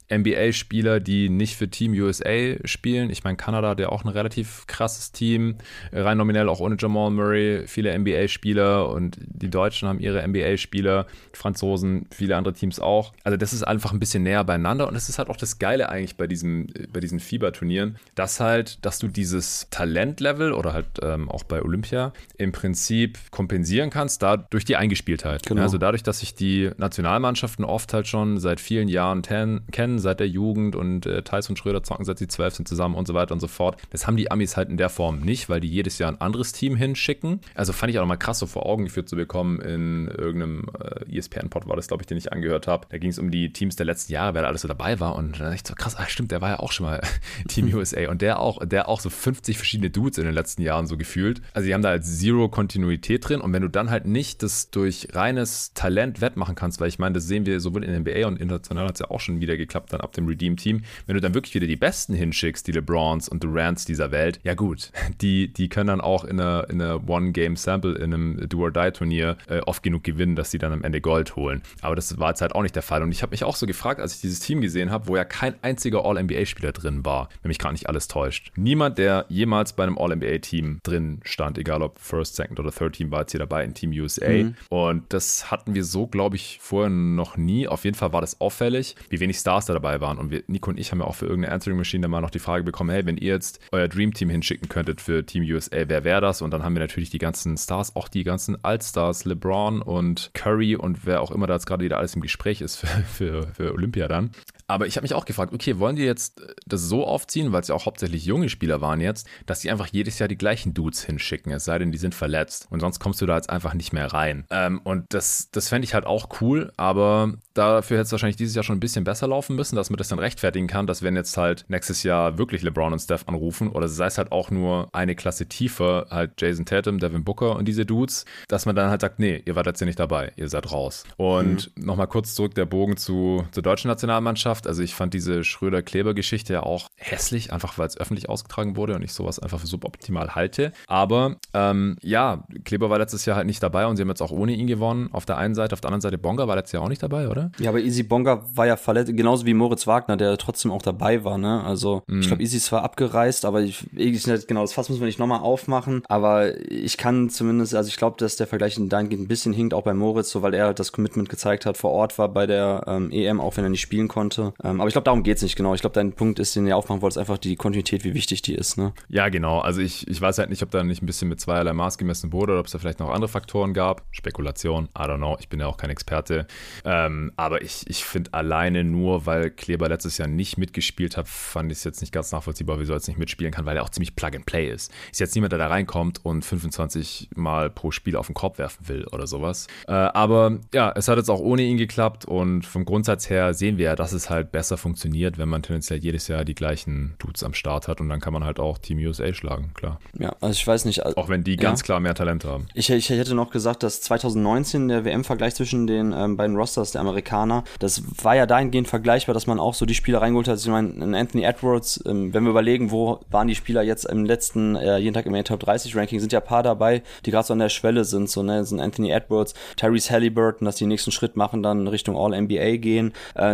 NBA-Spieler, die nicht für Team USA spielen. Ich meine, Kanada hat ja auch ein relativ krasses Team, rein nominell auch ohne Jamal Murray, viele NBA-Spieler und die Deutschen haben ihre NBA-Spieler, die Franzosen, viele andere Teams auch. Also das ist einfach ein bisschen näher beieinander und das ist halt auch das Geile eigentlich bei diesen FIBA-Turnieren, dass du dieses Talentlevel oder halt auch bei Olympia im Prinzip kompensieren kannst, durch die Eingespieltheit. Genau. Also dadurch, dass sich die Nationalmannschaften oft halt schon seit vielen Jahren kennen, seit der Jugend und Theis und Schröder zocken, seit sie 12 sind zusammen und so weiter und so fort. Das haben die Amis halt in der Form nicht, weil die jedes Jahr ein anderes Team hinschicken. Also fand ich auch nochmal krass so vor Augen geführt zu bekommen in irgendeinem ESPN-Pod war das, glaube ich, den ich angehört habe. Da ging es um die Teams der letzten Jahre, wer da alles so dabei war und dann echt so krass, stimmt, der war ja auch schon mal Team USA und der auch so 50 verschiedene Dudes in den letzten Jahren so gefühlt. Also die haben da halt zero Kontinuität drin und wenn du dann halt nicht das durch reines Talent wettmachen kannst, weil ich meine, das sehen wir sowohl in der NBA und international hat es ja auch schon wieder geklappt dann ab dem Redeem-Team, wenn du dann wirklich wieder die Besten hinschickst, die LeBrons und Durants dieser Welt, ja gut, die können dann auch in einer One-Game-Sample in einem Do-or-Die-Turnier oft genug gewinnen, dass sie dann am Ende Gold holen. Aber das war jetzt halt auch nicht der Fall und ich habe mich auch so gefragt, als ich dieses Team gesehen habe, wo ja kein einziger All-NBA-Spieler drin war, wenn mich gerade nicht alles täuscht. Niemand, der jemals bei einem All-NBA-Team drin stand, egal ob First, Second oder Third Team, war jetzt hier dabei in Team USA. Und das hatten wir so, glaube ich, vorher noch nie. Auf jeden Fall war das auffällig, wie wenig Stars da dabei waren. Und Nico und ich haben ja auch für irgendeine Answering Machine dann mal noch die Frage bekommen, hey, wenn ihr jetzt euer Dream Team hinschicken könntet für Team USA, wer wäre das? Und dann haben wir natürlich die ganzen Stars, auch die ganzen All-Stars, LeBron und Curry und wer auch immer da jetzt gerade wieder alles im Gespräch ist für Olympia dann. Aber ich habe mich auch gefragt, okay, wollen die jetzt das so aufziehen, weil es ja auch hauptsächlich junge Spieler waren jetzt, dass die einfach jedes Jahr die gleichen Dudes hinschicken, es sei denn, die sind verletzt und sonst kommst du da jetzt einfach nicht mehr rein. Und das fände ich halt auch cool, aber dafür hätte es wahrscheinlich dieses Jahr schon ein bisschen besser laufen müssen, dass man das dann rechtfertigen kann, dass wenn jetzt halt nächstes Jahr wirklich LeBron und Steph anrufen oder sei es halt auch nur eine Klasse tiefer, halt Jason Tatum, Devin Booker und diese Dudes, dass man dann halt sagt, nee, ihr wart jetzt hier nicht dabei, ihr seid raus. Und nochmal kurz zurück der Bogen zur deutschen Nationalmannschaft. Also ich fand diese Schröder-Kleber-Geschichte ja auch hässlich, einfach weil es öffentlich ausgetragen wurde und ich sowas einfach für suboptimal halte. Aber Kleber war letztes Jahr halt nicht dabei und sie haben jetzt auch ohne ihn gewonnen. Auf der einen Seite, auf der anderen Seite Bonga war letztes Jahr auch nicht dabei, oder? Ja, aber Easy Bonga war ja verletzt, genauso wie Moritz Wagner, der trotzdem auch dabei war, ne? Also ich glaube, Easy ist zwar abgereist, aber genau, das Fass müssen wir nicht nochmal aufmachen, aber ich kann zumindest, also ich glaube, dass der Vergleich dahingehend ein bisschen hinkt, auch bei Moritz, so weil er das Commitment gezeigt hat, vor Ort war bei der EM, auch wenn er nicht spielen konnte. Aber ich glaube, darum geht's nicht, genau. Ich glaube, dein Punkt ist, den du aufmachen wolltest, einfach die Kontinuität, wie wichtig die ist, ne? Ja, genau. Also ich weiß halt nicht, ob da nicht ein bisschen mit zweierlei Maß gemessen wurde oder ob es da vielleicht noch andere Faktoren gab. Spekulation, I don't know. Ich bin ja auch kein Experte. Aber ich finde alleine nur, weil Kleber letztes Jahr nicht mitgespielt hat, fand ich es jetzt nicht ganz nachvollziehbar, wieso er jetzt nicht mitspielen kann, weil er auch ziemlich Plug-and-Play ist. Ist jetzt niemand, der da reinkommt und 25 Mal pro Spiel auf den Korb werfen will oder sowas. Aber ja, es hat jetzt auch ohne ihn geklappt und vom Grundsatz her sehen wir ja, dass es halt besser funktioniert, wenn man tendenziell jedes Jahr die gleichen Dudes am Start hat und dann kann man halt auch Team USA schlagen, klar. Ja, also ich weiß nicht. Auch wenn die ganz klar mehr Talent haben. Ich hätte noch gesagt, dass 2019 der WM-Vergleich zwischen den beiden Rosters der Amerikaner, das war ja dahingehend vergleichbar, dass man auch so die Spieler reingeholt hat. Ich meine, Anthony Edwards, wenn wir überlegen, wo waren die Spieler jetzt im letzten, jeden Tag im Top 30 Ranking, sind ja ein paar dabei, die gerade so an der Schwelle sind, so, ne, sind Anthony Edwards, Tyrese Halliburton, dass die den nächsten Schritt machen, dann Richtung All-NBA gehen.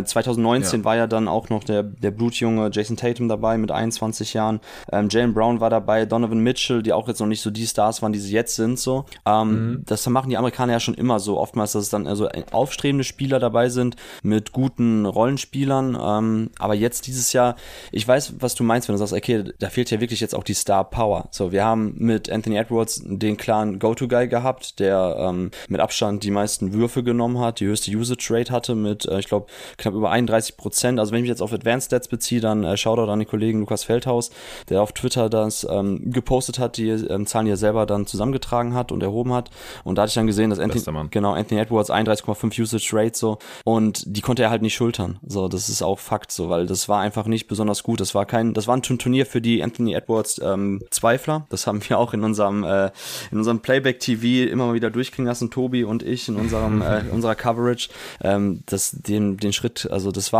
2019 war ja dann auch noch der blutjunge Jason Tatum dabei mit 21 Jahren. Jaylen Brown war dabei, Donovan Mitchell, die auch jetzt noch nicht so die Stars waren, die sie jetzt sind, so. Das machen die Amerikaner ja schon immer so. Oftmals, dass es dann also aufstrebende Spieler dabei sind mit guten Rollenspielern. Aber jetzt dieses Jahr, ich weiß, was du meinst, wenn du sagst, okay, da fehlt ja wirklich jetzt auch die Star Power. So, wir haben mit Anthony Edwards den klaren Go-To-Guy gehabt, der mit Abstand die meisten Würfe genommen hat, die höchste Usage Rate hatte mit, ich glaube, knapp über 31%. Also wenn ich mich jetzt auf Advanced Stats beziehe, dann Shoutout an den Kollegen Lukas Feldhaus, der auf Twitter das gepostet hat, die Zahlen, die er selber dann zusammengetragen hat und erhoben hat. Und da hatte ich dann gesehen, dass Anthony Edwards 31,5 Usage Rate so und die konnte er halt nicht schultern. So, das ist auch Fakt so, weil das war einfach nicht besonders gut. Das war ein Turnier für die Anthony Edwards Zweifler. Das haben wir auch in unserem Playback TV immer mal wieder durchklingen lassen, Tobi und ich in unserer Coverage. Den Schritt, also das war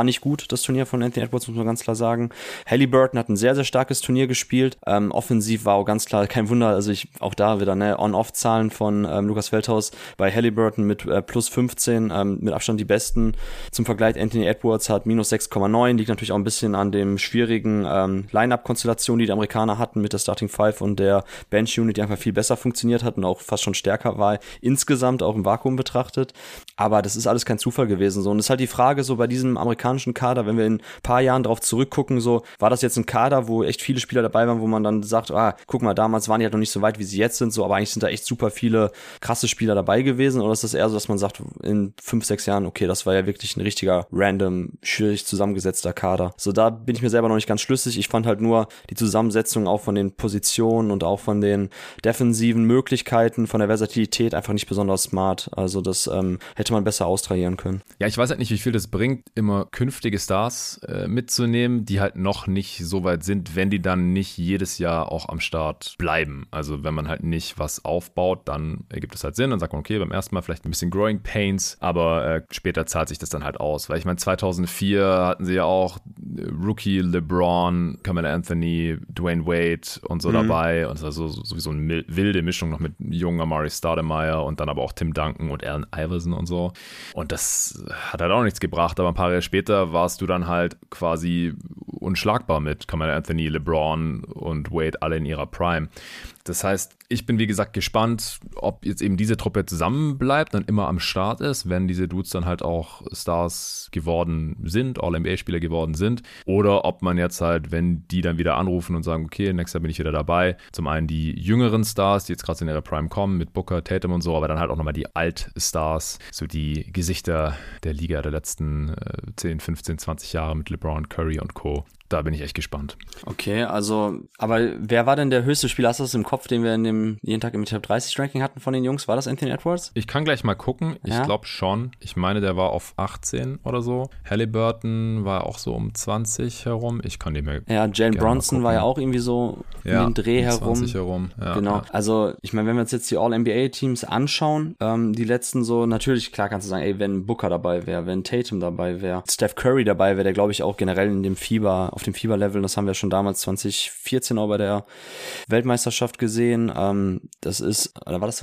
war nicht gut, das Turnier von Anthony Edwards, muss man ganz klar sagen. Halliburton hat ein sehr, sehr starkes Turnier gespielt. Offensiv war auch ganz klar, kein Wunder, also auch da wieder, On-Off-Zahlen von Lukas Feldhaus bei Halliburton mit plus 15, mit Abstand die besten. Zum Vergleich, Anthony Edwards hat minus 6,9, liegt natürlich auch ein bisschen an dem schwierigen Line-Up-Konstellation, die Amerikaner hatten mit der Starting Five und der Bench-Unit, die einfach viel besser funktioniert hat und auch fast schon stärker war, insgesamt auch im Vakuum betrachtet. Aber das ist alles kein Zufall gewesen. So. Und es ist halt die Frage, so bei diesem amerikanischen Kader, wenn wir in ein paar Jahren drauf zurückgucken, so, war das jetzt ein Kader, wo echt viele Spieler dabei waren, wo man dann sagt, guck mal, damals waren die halt noch nicht so weit, wie sie jetzt sind, so, aber eigentlich sind da echt super viele krasse Spieler dabei gewesen, oder ist das eher so, dass man sagt, in 5, 6 Jahren, okay, das war ja wirklich ein richtiger random, schwierig zusammengesetzter Kader. So, da bin ich mir selber noch nicht ganz schlüssig. Ich fand halt nur die Zusammensetzung auch von den Positionen und auch von den defensiven Möglichkeiten, von der Versatilität einfach nicht besonders smart. Also das hätte man besser austrahieren können. Ja, ich weiß halt nicht, wie viel das bringt, immer künftige Stars mitzunehmen, die halt noch nicht so weit sind, wenn die dann nicht jedes Jahr auch am Start bleiben. Also wenn man halt nicht was aufbaut, dann ergibt es halt Sinn. Dann sagt man, okay, beim ersten Mal vielleicht ein bisschen Growing Pains, aber später zahlt sich das dann halt aus. Weil ich meine, 2004 hatten sie ja auch Rookie LeBron, Carmelo Anthony, Dwayne Wade und so dabei. Und also sowieso eine wilde Mischung noch mit jungen Amari Stoudemire und dann aber auch Tim Duncan und Allen Iverson und so. Und das hat halt auch nichts gebracht, aber ein paar Jahre später warst du dann halt quasi unschlagbar mit Carmelo Anthony, LeBron und Wade alle in ihrer Prime. Das heißt, ich bin wie gesagt gespannt, ob jetzt eben diese Truppe zusammenbleibt und immer am Start ist, wenn diese Dudes dann halt auch Stars geworden sind, All-NBA-Spieler geworden sind, oder ob man jetzt halt, wenn die dann wieder anrufen und sagen, okay, nächstes Jahr bin ich wieder dabei, zum einen die jüngeren Stars, die jetzt gerade in ihrer Prime kommen, mit Booker, Tatum und so, aber dann halt auch nochmal die Alt-Stars, so die Gesichter der Liga der letzten 10, 15, 20 Jahre mit LeBron, Curry und Co. Da bin ich echt gespannt. Okay, also, aber wer war denn der höchste Spieler? Hast du das im Kopf, den wir in dem jeden Tag im Top 30 Ranking hatten von den Jungs? War das Anthony Edwards? Ich kann gleich mal gucken. Ja? Ich glaube schon. Ich meine, der war auf 18 oder so. Halliburton war auch so um 20 herum. Ich kann nicht mehr. Ja, Jalen Bronson war ja auch irgendwie so um den Dreh herum. 20 herum. Ja, genau. Ja. Also, ich meine, wenn wir uns jetzt die All-NBA-Teams anschauen, die letzten so, natürlich, klar kannst du sagen, ey, wenn Booker dabei wäre, wenn Tatum dabei wäre, Steph Curry dabei wäre, der glaube ich auch generell in dem auf dem Fieberlevel, das haben wir schon damals 2014 auch bei der Weltmeisterschaft gesehen. Das ist, oder war das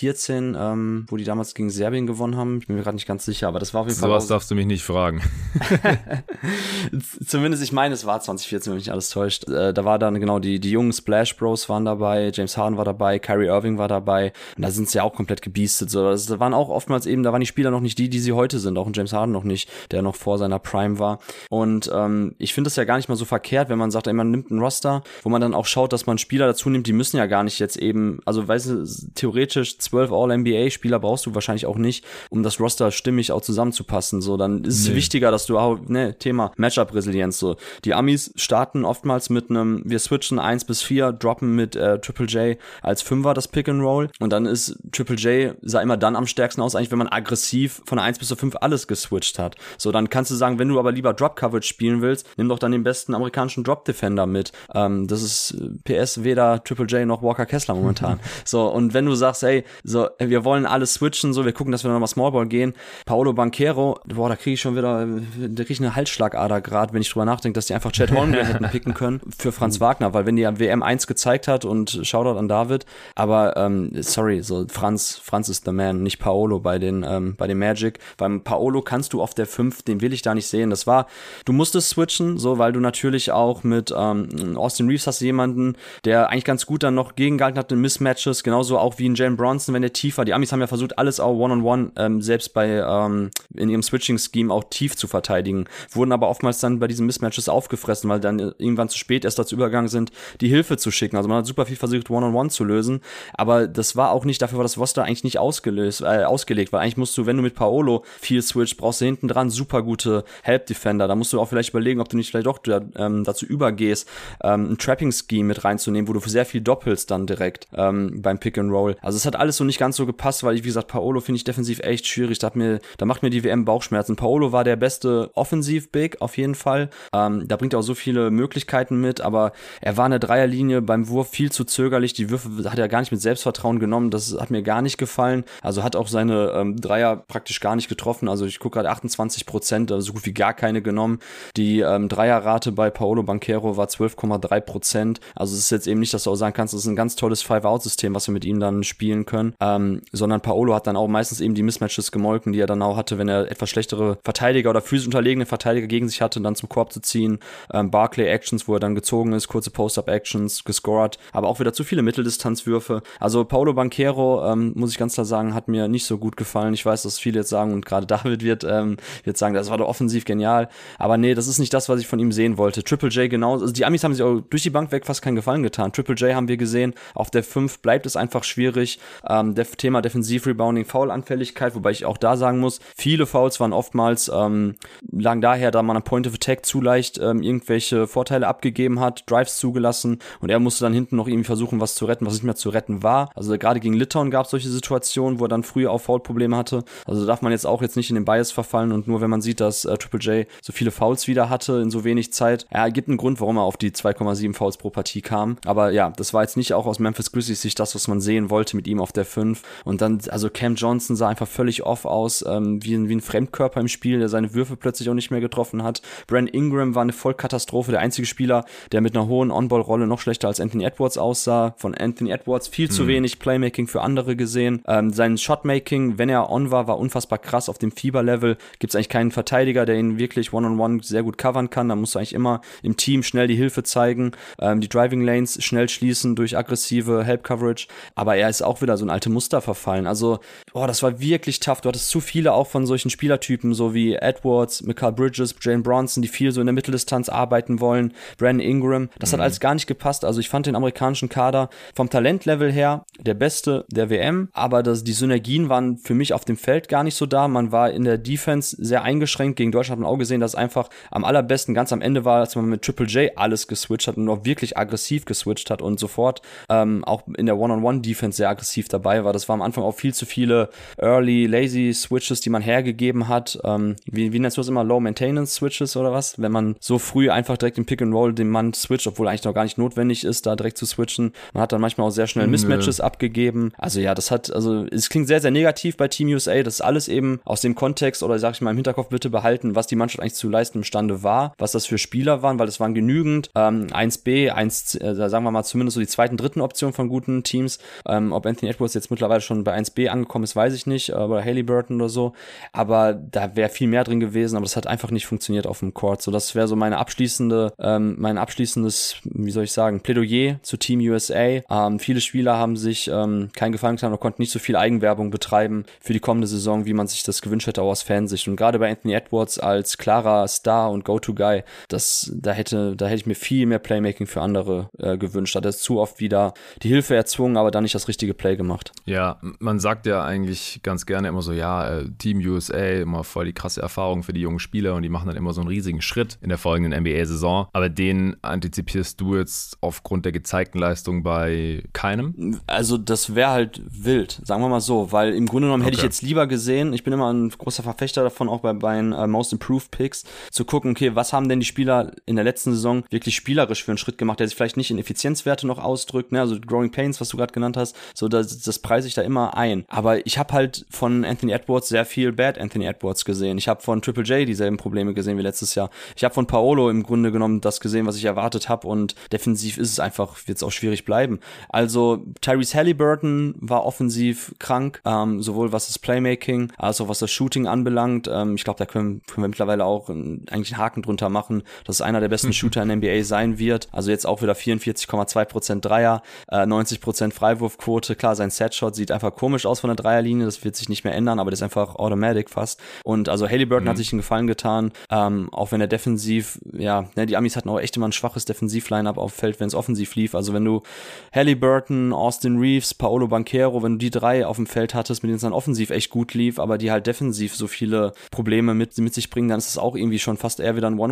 2014, wo die damals gegen Serbien gewonnen haben? Ich bin mir gerade nicht ganz sicher, aber das war auf jeden Fall. Sowas darfst du mich nicht fragen. Zumindest, ich meine, es war 2014, wenn mich nicht alles täuscht. Da war dann genau die jungen Splash Bros waren dabei, James Harden war dabei, Kyrie Irving war dabei. Und da sind sie ja auch komplett gebiestet. So, da waren auch oftmals eben, da waren die Spieler noch nicht die sie heute sind. Auch ein James Harden noch nicht, der noch vor seiner Prime war. Und ich finde das ja gar nicht mal so verkehrt, wenn man sagt, ey, man nimmt einen Roster, wo man dann auch schaut, dass man Spieler dazu nimmt, die müssen ja gar nicht jetzt eben, also weißt du, theoretisch 12 All-NBA-Spieler brauchst du wahrscheinlich auch nicht, um das Roster stimmig auch zusammenzupassen. So, dann ist es wichtiger, dass du auch, Thema Matchup-Resilienz, so. Die Amis starten oftmals mit einem, wir switchen 1 bis 4, droppen mit Triple J als Fünfer das Pick and Roll und dann ist Triple J, sah immer dann am stärksten aus, eigentlich, wenn man aggressiv von der 1 bis zur 5 alles geswitcht hat. So, dann kannst du sagen, wenn du aber lieber Drop-Coverage spielen willst, nimm doch dann den besten amerikanischen Drop-Defender mit. Das ist PS weder Triple J noch Walker Kessler momentan. So, und wenn du sagst, ey, so, wir wollen alles switchen, so, wir gucken, dass wir nochmal Smallball gehen. Paolo Banchero, boah, da kriege ich schon wieder, da kriege ich eine Halsschlagader gerade, wenn ich drüber nachdenke, dass die einfach Chet Holmgren hätten picken können für Franz Wagner, weil wenn die ja WM 1 gezeigt hat und Shoutout an David, aber sorry, so Franz ist the man, nicht Paolo bei den Magic. Beim Paolo kannst du auf der 5, den will ich da nicht sehen. Das war, du musstest switchen, so, weil du natürlich auch mit Austin Reeves hast du jemanden, der eigentlich ganz gut dann noch gegengehalten hat in Mismatches, genauso auch wie in Jalen Bronson, wenn der tiefer, die Amis haben ja versucht, alles auch One-on-One, selbst bei in ihrem Switching-Scheme auch tief zu verteidigen, wurden aber oftmals dann bei diesen Mismatches aufgefressen, weil dann irgendwann zu spät erst dazu übergegangen sind, die Hilfe zu schicken. Also man hat super viel versucht, One-on-One zu lösen, aber das war auch nicht, dafür war das Roster eigentlich nicht ausgelegt, weil eigentlich musst du, wenn du mit Paolo viel switch, brauchst du hinten dran super gute Help-Defender, da musst du auch vielleicht überlegen, ob du nicht vielleicht doch dazu übergehst, ein Trapping-Scheme mit reinzunehmen, wo du sehr viel doppelst dann direkt beim Pick-and-Roll. Also es hat alles so nicht ganz so gepasst, weil wie gesagt, Paolo finde ich defensiv echt schwierig. Da macht mir die WM Bauchschmerzen. Paolo war der beste Offensiv-Big auf jeden Fall. Da bringt er auch so viele Möglichkeiten mit, aber er war in der Dreierlinie beim Wurf viel zu zögerlich. Die Würfe hat er gar nicht mit Selbstvertrauen genommen. Das hat mir gar nicht gefallen. Also hat auch seine Dreier praktisch gar nicht getroffen. Also ich gucke gerade 28%, also so gut wie gar keine genommen. Die Dreierrate bei Paolo Banchero war 12,3%. Also es ist jetzt eben nicht, dass du auch sagen kannst, das ist ein ganz tolles Five-Out-System, was wir mit ihm dann spielen können, sondern Paolo hat dann auch meistens eben die Mismatches gemolken, die er dann auch hatte, wenn er etwas schlechtere Verteidiger oder physisch unterlegene Verteidiger gegen sich hatte, dann zum Korb zu ziehen. Barclay-Actions, wo er dann gezogen ist, kurze Post-Up-Actions, gescored, aber auch wieder zu viele Mitteldistanzwürfe. Also Paolo Banchero, muss ich ganz klar sagen, hat mir nicht so gut gefallen. Ich weiß, dass viele jetzt sagen, und gerade David wird sagen, das war doch offensiv genial, aber nee, das ist nicht das, was ich von ihm sehen wollte. Triple J genauso, also die Amis haben sich auch durch die Bank weg fast keinen Gefallen getan. Triple J haben wir gesehen, auf der 5 bleibt es einfach schwierig. Thema Defensiv-Rebounding, Foul-Anfälligkeit, wobei ich auch da sagen muss, viele Fouls waren oftmals, lagen daher, da man am Point of Attack zu leicht irgendwelche Vorteile abgegeben hat, Drives zugelassen und er musste dann hinten noch irgendwie versuchen, was zu retten, was nicht mehr zu retten war. Also gerade gegen Litauen gab es solche Situationen, wo er dann früher auch Foul-Probleme hatte. Also darf man jetzt auch nicht in den Bias verfallen und nur wenn man sieht, dass Triple J so viele Fouls wieder hatte in so wenig Zeit, gibt einen Grund, warum er auf die 2,7 Fouls pro Partie kam. Aber ja, das war jetzt nicht auch aus Memphis Grizzlies Sicht das, was man sehen wollte mit ihm auf der 5. Und dann, also Cam Johnson sah einfach völlig off aus, wie ein Fremdkörper im Spiel, der seine Würfe plötzlich auch nicht mehr getroffen hat. Brandon Ingram war eine Vollkatastrophe, der einzige Spieler, der mit einer hohen On-Ball-Rolle noch schlechter als Anthony Edwards aussah. Von Anthony Edwards viel zu wenig Playmaking für andere gesehen. Sein Shotmaking, wenn er on war unfassbar krass. Auf dem Fieber-Level gibt es eigentlich keinen Verteidiger, der ihn wirklich One-on-One sehr gut covern kann. Da musst du eigentlich immer im Team schnell die Hilfe zeigen, die Driving Lanes schnell schließen durch aggressive Help-Coverage. Aber er ist auch wieder so ein alte Muster verfallen. Also, das war wirklich tough. Du hattest zu viele auch von solchen Spielertypen, so wie Edwards, Mikal Bridges, Jalen Bronson, die viel so in der Mitteldistanz arbeiten wollen, Brandon Ingram. Das hat alles gar nicht gepasst. Also ich fand den amerikanischen Kader vom Talentlevel her der beste der WM, aber die Synergien waren für mich auf dem Feld gar nicht so da. Man war in der Defense sehr eingeschränkt. Gegen Deutschland hat man auch gesehen, dass es einfach am allerbesten ganz am Ende war, als man mit Triple J alles geswitcht hat und auch wirklich aggressiv geswitcht hat und sofort auch in der One-on-One-Defense sehr aggressiv dabei war. Das war am Anfang auch viel zu viele Early, Lazy Switches, die man hergegeben hat. Wie nennst du das immer? Low-Maintenance-Switches oder was? Wenn man so früh einfach direkt im Pick-and-Roll den Mann switcht, obwohl eigentlich noch gar nicht notwendig ist, da direkt zu switchen. Man hat dann manchmal auch sehr schnell Mismatches abgegeben. Also ja, es klingt sehr, sehr negativ bei Team USA. Das ist alles eben aus dem Kontext oder sag ich mal im Hinterkopf bitte behalten, was die Mannschaft eigentlich zu leisten imstande war, was das für Spieler waren, weil es waren genügend 1B, sagen wir mal zumindest so die zweiten, dritten Option von guten Teams. Ob Anthony Edwards jetzt mittlerweile schon bei 1B angekommen ist, weiß ich nicht, oder Halliburton oder so, aber da wäre viel mehr drin gewesen, aber das hat einfach nicht funktioniert auf dem Court. So, das wäre so mein abschließendes, wie soll ich sagen, Plädoyer zu Team USA. Viele Spieler haben sich keinen Gefallen getan oder konnten nicht so viel Eigenwerbung betreiben für die kommende Saison, wie man sich das gewünscht hätte, auch aus Fansicht. Und gerade bei Anthony Edwards als klarer Star und Go-To-Guy, da hätte ich mir viel mehr Playmaking für andere gewünscht. Da hat er zu oft wieder die Hilfe erzwungen, aber dann nicht das richtige Play gemacht. Ja, man sagt ja eigentlich ganz gerne immer so, Team USA, immer voll die krasse Erfahrung für die jungen Spieler und die machen dann immer so einen riesigen Schritt in der folgenden NBA-Saison. Aber den antizipierst du jetzt aufgrund der gezeigten Leistung bei keinem? Also das wäre halt wild, sagen wir mal so, weil im Grunde genommen hätte ich jetzt lieber gesehen, ich bin immer ein großer Verfechter davon, auch bei den Most Improved Picks, zu gucken, okay, was haben denn die Spieler in der letzten Saison wirklich spielerisch für einen Schritt gemacht, der sich vielleicht nicht in Effizienzwerte noch ausdrückt, ne? Also Growing Pains, was du gerade genannt hast, so das preise ich da immer ein. Aber ich habe halt von Anthony Edwards sehr viel Bad Anthony Edwards gesehen. Ich habe von Triple J dieselben Probleme gesehen wie letztes Jahr. Ich habe von Paolo im Grunde genommen das gesehen, was ich erwartet habe und defensiv ist es einfach, wird es auch schwierig bleiben. Also Tyrese Halliburton war offensiv krank, sowohl was das Playmaking als auch was das Shooting anbelangt. Ich glaube, da können wir mittlerweile auch eigentlich einen Haken drunter machen, dass es einer der besten Shooter in der NBA sein wird. Also jetzt auch wieder 44,2% Dreier, 90% Freiwurfquote. Klar, sein Setshot sieht einfach komisch aus von der Dreierlinie, das wird sich nicht mehr ändern, aber das ist einfach automatic fast. Und also Halliburton hat sich einen Gefallen getan, auch wenn er defensiv, die Amis hatten auch echt immer ein schwaches Defensiv-Line-Up auf dem Feld, wenn es offensiv lief. Also wenn du Halliburton, Austin Reeves, Paolo Banchero, wenn du die drei auf dem Feld hattest, mit denen es dann offensiv echt gut lief, aber die halt defensiv so viele Probleme mit sich bringen, dann ist es auch irgendwie schon fast eher wieder ein One-Way-Team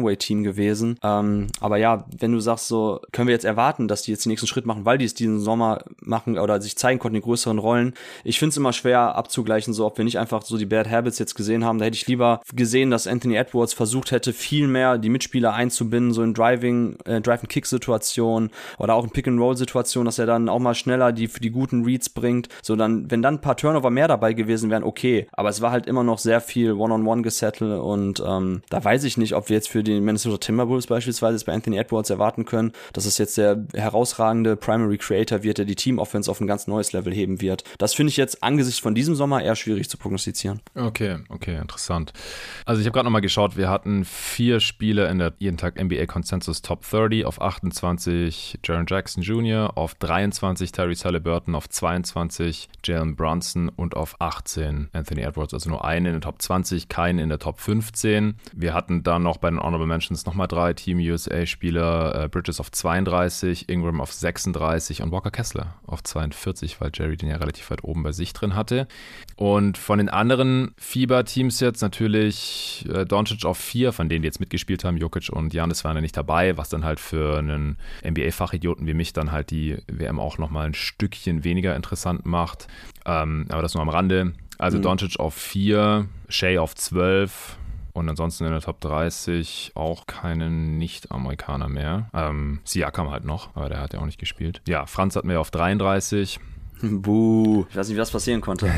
gewesen. Aber ja, wenn du sagst, so können wir jetzt erwarten, dass die jetzt den nächsten Schritt machen, weil die es diesen Sommer machen oder sich zeigen konnten in größeren Rollen. Ich finde es immer schwer abzugleichen, so ob wir nicht einfach so die Bad Habits jetzt gesehen haben. Da hätte ich lieber gesehen, dass Anthony Edwards versucht hätte, viel mehr die Mitspieler einzubinden, so in Drive-and-Kick-Situationen oder auch in Pick-and-Roll-Situationen, dass er dann auch mal schneller die guten Reads bringt. So dann, wenn dann ein paar Turnover mehr dabei gewesen wären, okay. Aber es war halt immer noch sehr viel One-on-One-Gesettle und da weiß ich nicht, ob wir jetzt für die Minnesota Timberwolves beispielsweise jetzt bei Anthony Edwards erwarten können, dass es jetzt der herausragende Primary Creator wird, der die Team-Offense auf ein ganz neues Level heben wird. Das finde ich jetzt angesichts von diesem Sommer eher schwierig zu prognostizieren. Okay, interessant. Also ich habe gerade nochmal geschaut, wir hatten 4 Spieler in der jeden Tag NBA Consensus Top 30, auf 28 Jaren Jackson Jr., auf 23 Tyrese Haliburton, auf 22 Jalen Brunson und auf 18 Anthony Edwards, also nur einen in der Top 20, keinen in der Top 15. Wir hatten dann noch bei den Honorable Mentions nochmal 3 Team USA Spieler, Bridges auf 32, Ingram auf 36 und Walker Kessler auf 42, weil Jerry den ja relativ weit oben bei sich drin hatte. Und von den anderen FIBA-Teams jetzt natürlich Doncic auf 4, von denen die jetzt mitgespielt haben, Jokic und Giannis waren ja nicht dabei, was dann halt für einen NBA-Fachidioten wie mich dann halt die WM auch nochmal ein Stückchen weniger interessant macht. Aber das nur am Rande. Also Doncic auf 4, Shea auf 12 und ansonsten in der Top 30 auch keinen Nicht-Amerikaner mehr. Siakam halt noch, aber der hat ja auch nicht gespielt. Ja, Franz hatten wir auf 33. Buh, ich weiß nicht, wie das passieren konnte.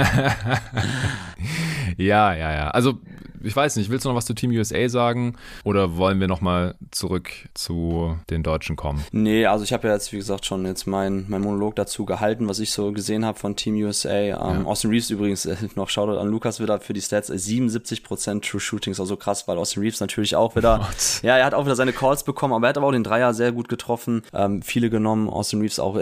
Ja. Also, ich weiß nicht, willst du noch was zu Team USA sagen oder wollen wir nochmal zurück zu den Deutschen kommen? Nee, also ich habe ja jetzt, wie gesagt, schon jetzt mein Monolog dazu gehalten, was ich so gesehen habe von Team USA. Austin Reeves übrigens, noch Shoutout an Lukas wieder für die Stats, 77% True Shootings, also krass, weil Austin Reeves natürlich auch wieder, er hat auch wieder seine Calls bekommen, aber er hat aber auch den Dreier sehr gut getroffen, viele genommen, Austin Reeves auch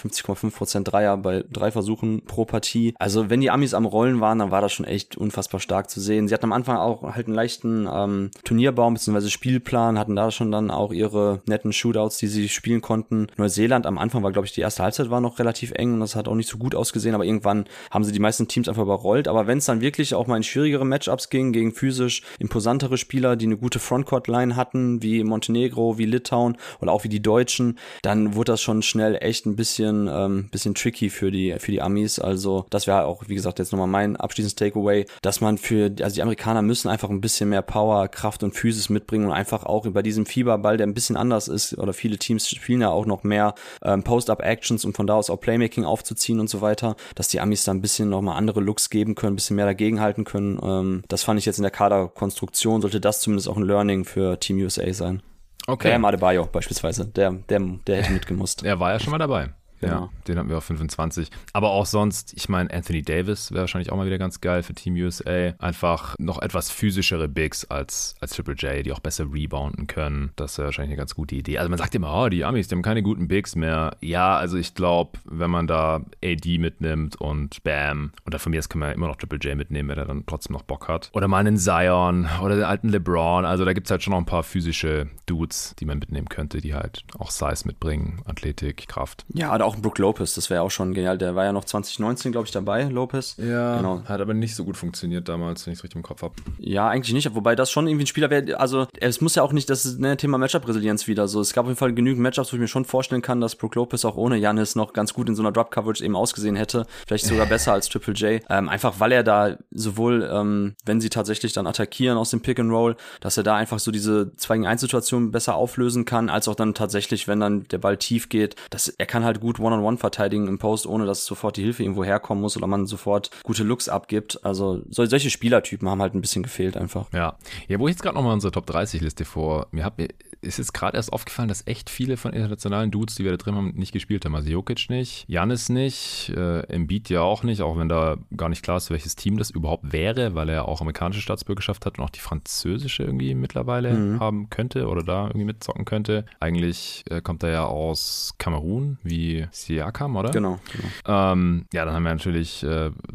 52,5% Dreier bei 3 Versuchen pro Partie. Also wenn die Amis am Rollen waren, dann war das schon echt unfassbar stark zu sehen. Sie hatten am Anfang auch halt einen leichten Turnierbaum bzw. Spielplan, hatten da schon dann auch ihre netten Shootouts, die sie spielen konnten. Neuseeland am Anfang war, glaube ich, die erste Halbzeit war noch relativ eng und das hat auch nicht so gut ausgesehen, aber irgendwann haben sie die meisten Teams einfach überrollt. Aber wenn es dann wirklich auch mal in schwierigere Matchups ging, gegen physisch imposantere Spieler, die eine gute Frontcourt-Line hatten, wie Montenegro, wie Litauen oder auch wie die Deutschen, dann wurde das schon schnell echt ein bisschen tricky für die Amis. Also das wäre auch, wie gesagt, jetzt nochmal mein abschließendes Takeaway, dass man die Amerikaner müssen einfach ein bisschen mehr Power, Kraft und Physis mitbringen und einfach auch bei diesem Fieberball, der ein bisschen anders ist, oder viele Teams spielen ja auch noch mehr Post-Up-Actions, um von da aus auch Playmaking aufzuziehen und so weiter, dass die Amis da ein bisschen nochmal andere Looks geben können, ein bisschen mehr dagegenhalten können. Das fand ich jetzt in der Kaderkonstruktion, sollte das zumindest auch ein Learning für Team USA sein. Okay. Adebayo beispielsweise, der hätte mitgemusst. Er war ja schon mal dabei. Genau. Ja, den hatten wir auf 25. Aber auch sonst, ich meine, Anthony Davis wäre wahrscheinlich auch mal wieder ganz geil für Team USA. Einfach noch etwas physischere Bigs als Triple J, die auch besser rebounden können. Das wäre wahrscheinlich eine ganz gute Idee. Also man sagt immer, die Amis, die haben keine guten Bigs mehr. Ja, also ich glaube, wenn man da AD mitnimmt und Bam, oder von mir aus kann man ja immer noch Triple J mitnehmen, wenn er dann trotzdem noch Bock hat. Oder mal einen Zion oder den alten LeBron. Also da gibt es halt schon noch ein paar physische Dudes, die man mitnehmen könnte, die halt auch Size mitbringen, Athletik, Kraft. Ja, oder auch Brook Lopez, das wäre auch schon genial. Der war ja noch 2019, glaube ich, dabei, Lopez. Ja, genau. Hat aber nicht so gut funktioniert damals, wenn ich es richtig im Kopf habe. Ja, eigentlich nicht, wobei das schon irgendwie ein Spieler wäre, also es muss ja auch nicht, das ist ein Thema Matchup-Resilienz wieder so. Es gab auf jeden Fall genügend Matchups, wo ich mir schon vorstellen kann, dass Brook Lopez auch ohne Giannis noch ganz gut in so einer Drop-Coverage eben ausgesehen hätte. Vielleicht sogar besser als Triple J. Einfach, weil er da sowohl, wenn sie tatsächlich dann attackieren aus dem Pick-and-Roll, dass er da einfach so diese 2-gegen-1-Situation besser auflösen kann, als auch dann tatsächlich, wenn dann der Ball tief geht, er kann halt gut One-on-One verteidigen im Post, ohne dass sofort die Hilfe irgendwo herkommen muss oder man sofort gute Looks abgibt. Also solche Spielertypen haben halt ein bisschen gefehlt einfach. Ja, wo ich jetzt gerade nochmal unsere Top 30-Liste vor mir habe, ist jetzt gerade erst aufgefallen, dass echt viele von internationalen Dudes, die wir da drin haben, nicht gespielt haben. Also Jokic nicht, Giannis nicht, Embiid ja auch nicht, auch wenn da gar nicht klar ist, welches Team das überhaupt wäre, weil er auch amerikanische Staatsbürgerschaft hat und auch die französische irgendwie mittlerweile haben könnte oder da irgendwie mitzocken könnte. Eigentlich kommt er ja aus Kamerun, wie Siakam, oder? Genau. Ja, dann haben wir natürlich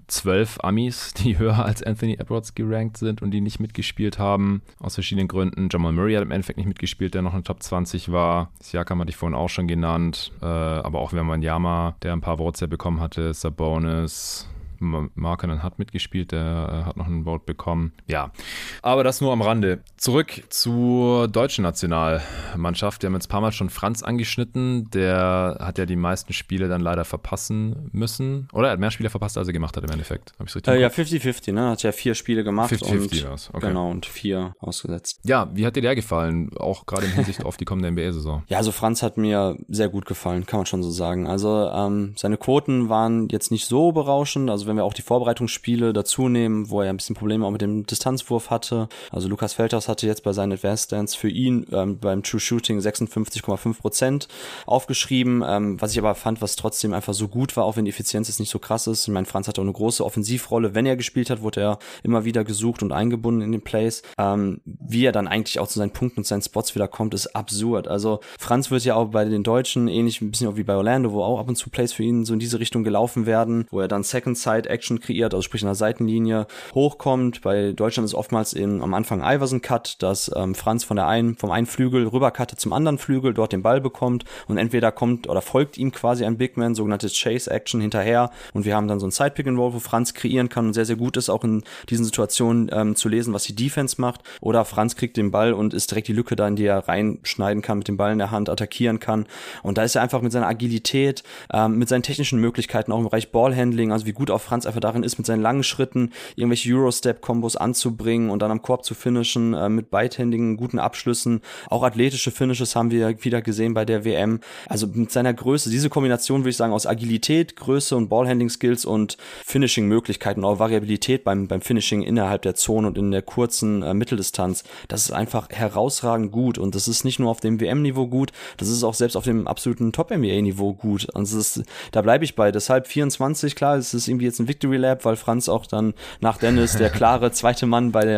12 Amis, die höher als Anthony Edwards gerankt sind und die nicht mitgespielt haben, aus verschiedenen Gründen. Jamal Murray hat im Endeffekt nicht mitgespielt, der noch in Top 20 war. Siakam hatte ich vorhin auch schon genannt, aber auch Wembanyama, der ein paar Votes ja bekommen hatte, Sabonis, Markkanen hat mitgespielt, der hat noch einen Vote bekommen. Ja, aber das nur am Rande. Zurück zur deutschen Nationalmannschaft. Wir haben jetzt ein paar Mal schon Franz angeschnitten. Der hat ja die meisten Spiele dann leider verpassen müssen. Oder er hat mehr Spiele verpasst, als er gemacht hat im Endeffekt. Habe ich richtig ja, 50-50, ne? Hat ja 4 Spiele gemacht 50-50 war's. Okay. Genau, und 4 ausgesetzt. Ja, wie hat dir der gefallen? Auch gerade in Hinsicht auf die kommende NBA-Saison. Ja, also Franz hat mir sehr gut gefallen, kann man schon so sagen. Also seine Quoten waren jetzt nicht so berauschend. Also wenn wir auch die Vorbereitungsspiele dazu nehmen, wo er ein bisschen Probleme auch mit dem Distanzwurf hatte. Also Lukas Feldhaus hatte jetzt bei seinen Advanced Stats für ihn beim True Shooting 56,5% aufgeschrieben. Was ich aber fand, was trotzdem einfach so gut war, auch wenn die Effizienz jetzt nicht so krass ist. Ich meine, Franz hatte auch eine große Offensivrolle. Wenn er gespielt hat, wurde er immer wieder gesucht und eingebunden in den Plays. Wie er dann eigentlich auch zu seinen Punkten und seinen Spots wieder kommt, ist absurd. Also Franz wird ja auch bei den Deutschen ähnlich ein bisschen auch wie bei Orlando, wo auch ab und zu Plays für ihn so in diese Richtung gelaufen werden, wo er dann Second-Side-Action kreiert, also sprich in der Seitenlinie hochkommt. Bei Deutschland ist oftmals am Anfang Iverson-Cut, dass Franz vom einen Flügel rübercuttet zum anderen Flügel, dort den Ball bekommt und entweder kommt oder folgt ihm quasi ein Big Man, sogenannte Chase-Action hinterher und wir haben dann so ein Side-Pick-and-Roll, wo Franz kreieren kann und sehr, sehr gut ist, auch in diesen Situationen zu lesen, was die Defense macht. Oder Franz kriegt den Ball und ist direkt die Lücke da, in die er reinschneiden kann, mit dem Ball in der Hand attackieren kann. Und da ist er einfach mit seiner Agilität, mit seinen technischen Möglichkeiten, auch im Bereich Ballhandling, also wie gut auch Franz einfach darin ist, mit seinen langen Schritten irgendwelche Euro-Step-Kombos anzubringen und dann am Korb zu finishen, mit beidhändigen, guten Abschlüssen. Auch athletische Finishes haben wir wieder gesehen bei der WM. Also mit seiner Größe, diese Kombination, würde ich sagen, aus Agilität, Größe und Ballhandling-Skills und Finishing-Möglichkeiten, auch Variabilität beim Finishing innerhalb der Zone und in der kurzen Mitteldistanz, das ist einfach herausragend gut und das ist nicht nur auf dem WM-Niveau gut, das ist auch selbst auf dem absoluten Top-NBA-Niveau gut und da bleibe ich bei, deshalb 24, klar, es ist irgendwie jetzt ein Victory-Lap, weil Franz auch dann nach Dennis der klare zweite Mann bei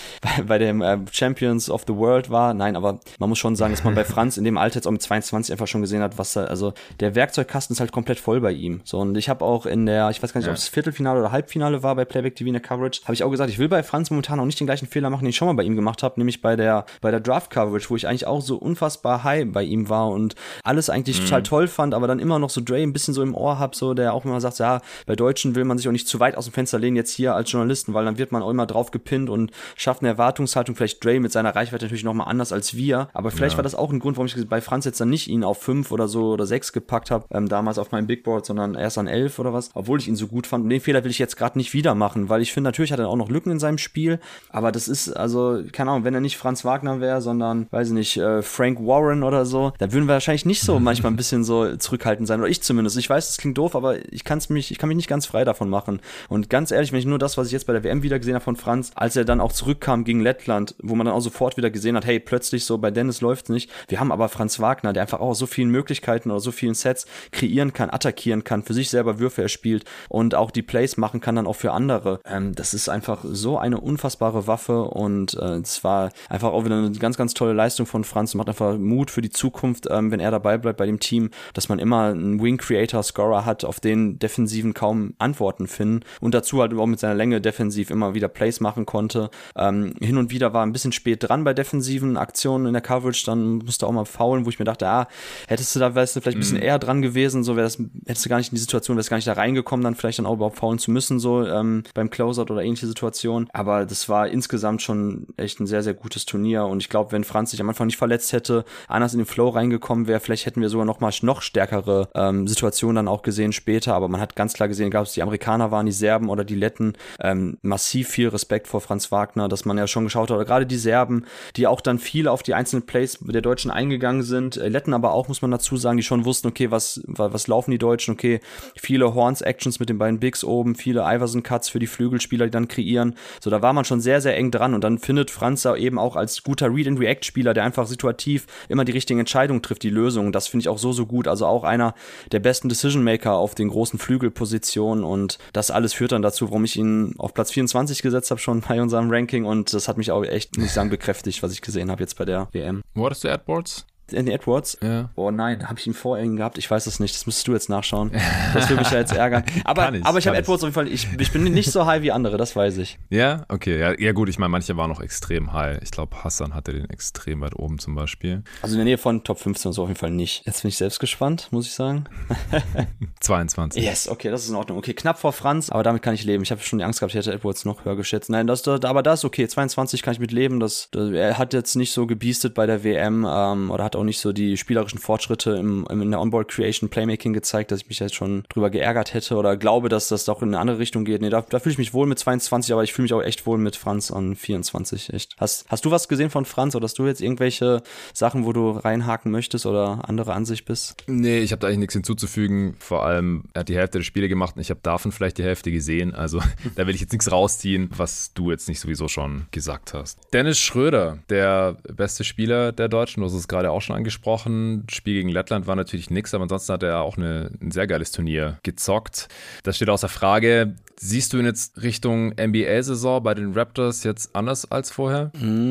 dem Champions of the World war, nein, aber man muss schon sagen, dass man bei Franz in dem Alter jetzt auch mit 22 einfach schon gesehen hat, also der Werkzeugkasten ist halt komplett voll bei ihm, so, und ich habe auch ich weiß gar nicht, ob es Viertelfinale oder Halbfinale war bei Playback TV in der Coverage, habe ich auch gesagt, ich will bei Franz momentan auch nicht den gleichen Fehler machen, den ich schon mal bei ihm gemacht habe, nämlich bei der Draft-Coverage, wo ich eigentlich auch so unfassbar high bei ihm war und alles eigentlich total toll fand, aber dann immer noch so Dre ein bisschen so im Ohr hab, so, der auch immer sagt, ja, bei Deutschen will man sich auch nicht zu weit aus dem Fenster lehnen jetzt hier als Journalisten, weil dann wird man auch immer drauf gepinnt und schafft eine Erwartungshaltung, vielleicht Dre mit seiner Reichweite natürlich nochmal anders als wir, aber vielleicht war das auch ein Grund, warum ich bei Franz jetzt dann nicht ihn auf 5 oder so oder 6 gepackt habe, damals auf meinem Big Board, sondern erst an 11 oder was, obwohl ich ihn so gut fand. Und den Fehler will ich jetzt gerade nicht wieder machen, weil ich finde, natürlich hat er auch noch Lücken in seinem Spiel, aber das ist, also, keine Ahnung, wenn er nicht Franz Wagner wäre, sondern, weiß ich nicht, Frank Warren oder so, dann würden wir wahrscheinlich nicht so manchmal ein bisschen so zurückhaltend sein, oder ich zumindest. Ich weiß, das klingt doof, aber ich kann mich nicht ganz frei davon machen. Und ganz ehrlich, wenn ich nur das, was ich jetzt bei der WM wieder gesehen habe von Franz, als er dann auch zurückkam gegen Lettland, wo man dann auch sofort wieder gesehen hat, hey, plötzlich so, bei Dennis läuft's nicht. Wir haben aber Franz Wagner, der einfach auch aus so vielen Möglichkeiten oder so vielen Sets kreieren kann, attackieren kann, für sich selber Würfe erspielt und auch die Plays machen kann dann auch für andere. Das ist einfach so eine unfassbare Waffe und es war einfach auch wieder eine ganz, ganz tolle Leistung von Franz und macht einfach Mut für die Zukunft, wenn er dabei bleibt bei dem Team, dass man immer einen Wing-Creator-Scorer hat, auf den Defensiven kaum Antworten finden und dazu halt auch mit seiner Länge defensiv immer wieder Plays machen konnte. Hin und wieder war ein bisschen spät dran bei defensiven Aktionen in der Coverage, dann musste auch mal foulen, wo ich mir dachte, hättest du da, wärst du vielleicht ein bisschen eher dran gewesen, so hättest du gar nicht in die Situation, wärst gar nicht da reingekommen, dann vielleicht dann auch überhaupt foulen zu müssen, so beim Closeout oder ähnliche Situation. Aber das war insgesamt schon echt ein sehr, sehr gutes Turnier und ich glaube, wenn Franz sich am Anfang nicht verletzt hätte, anders in den Flow reingekommen wäre, vielleicht hätten wir sogar noch stärkere Situationen dann auch gesehen später, aber man hat ganz klar gesehen, egal ob es die Amerikaner waren, die Serben oder die Letten, massiv viel Respekt vor Franz Wagner, dass man ja schon geschaut hat, oder gerade die Serben, die auch dann viel auf die einzelnen Plays der Deutschen eingegangen sind, Letten aber auch, muss man dazu sagen, die schon wussten, okay, was laufen die Deutschen, okay, viele Horns-Actions mit den beiden Bigs oben, viele Iverson-Cuts für die Flügelspieler, die dann kreieren, so, da war man schon sehr, sehr eng dran und dann findet Franz da eben auch als guter Read-and-React-Spieler, der einfach situativ immer die richtigen Entscheidungen trifft, die Lösung, das finde ich auch so gut, also auch einer der besten Decision-Maker auf den großen Flügelpositionen und das alles führt dann dazu, warum ich ihn auf Platz 24 gesetzt habe schon bei unserem Ranking und das hat mich auch echt, muss ich sagen, bekräftigt, was ich gesehen habe jetzt bei der WM. Wo hattest du Adboards? Anthony Edwards? Ja. Oh nein, habe ich ihn vor ihm gehabt? Ich weiß es nicht, das müsstest du jetzt nachschauen. Das würde mich ja jetzt ärgern. Aber ich habe Edwards auf jeden Fall, ich bin nicht so high wie andere, das weiß ich. Ja, okay. Ja gut, ich meine, manche waren noch extrem high. Ich glaube, Hassan hatte den extrem weit oben zum Beispiel. Also in der Nähe von Top 15 so auf jeden Fall nicht. Jetzt bin ich selbst gespannt, muss ich sagen. 22. Yes, okay, das ist in Ordnung. Okay, knapp vor Franz, aber damit kann ich leben. Ich habe schon die Angst gehabt, ich hätte Edwards noch höher geschätzt. Nein, aber das ist okay. 22 kann ich mit leben. Er hat jetzt nicht so gebiestet bei der WM oder hat auch nicht so die spielerischen Fortschritte in der Onboard-Creation, Playmaking gezeigt, dass ich mich jetzt schon drüber geärgert hätte oder glaube, dass das doch in eine andere Richtung geht. Nee, da fühle ich mich wohl mit 22, aber ich fühle mich auch echt wohl mit Franz an 24. Echt. Hast du was gesehen von Franz oder hast du jetzt irgendwelche Sachen, wo du reinhaken möchtest oder andere Ansicht bist? Nee, ich habe da eigentlich nichts hinzuzufügen. Vor allem, er hat die Hälfte der Spiele gemacht und ich habe davon vielleicht die Hälfte gesehen. Also da will ich jetzt nichts rausziehen, was du jetzt nicht sowieso schon gesagt hast. Dennis Schröder, der beste Spieler der Deutschen, du hast es gerade auch schon angesprochen. Spiel gegen Lettland war natürlich nix, aber ansonsten hat er auch ein sehr geiles Turnier gezockt. Das steht außer Frage. Siehst du ihn jetzt Richtung NBA-Saison bei den Raptors jetzt anders als vorher?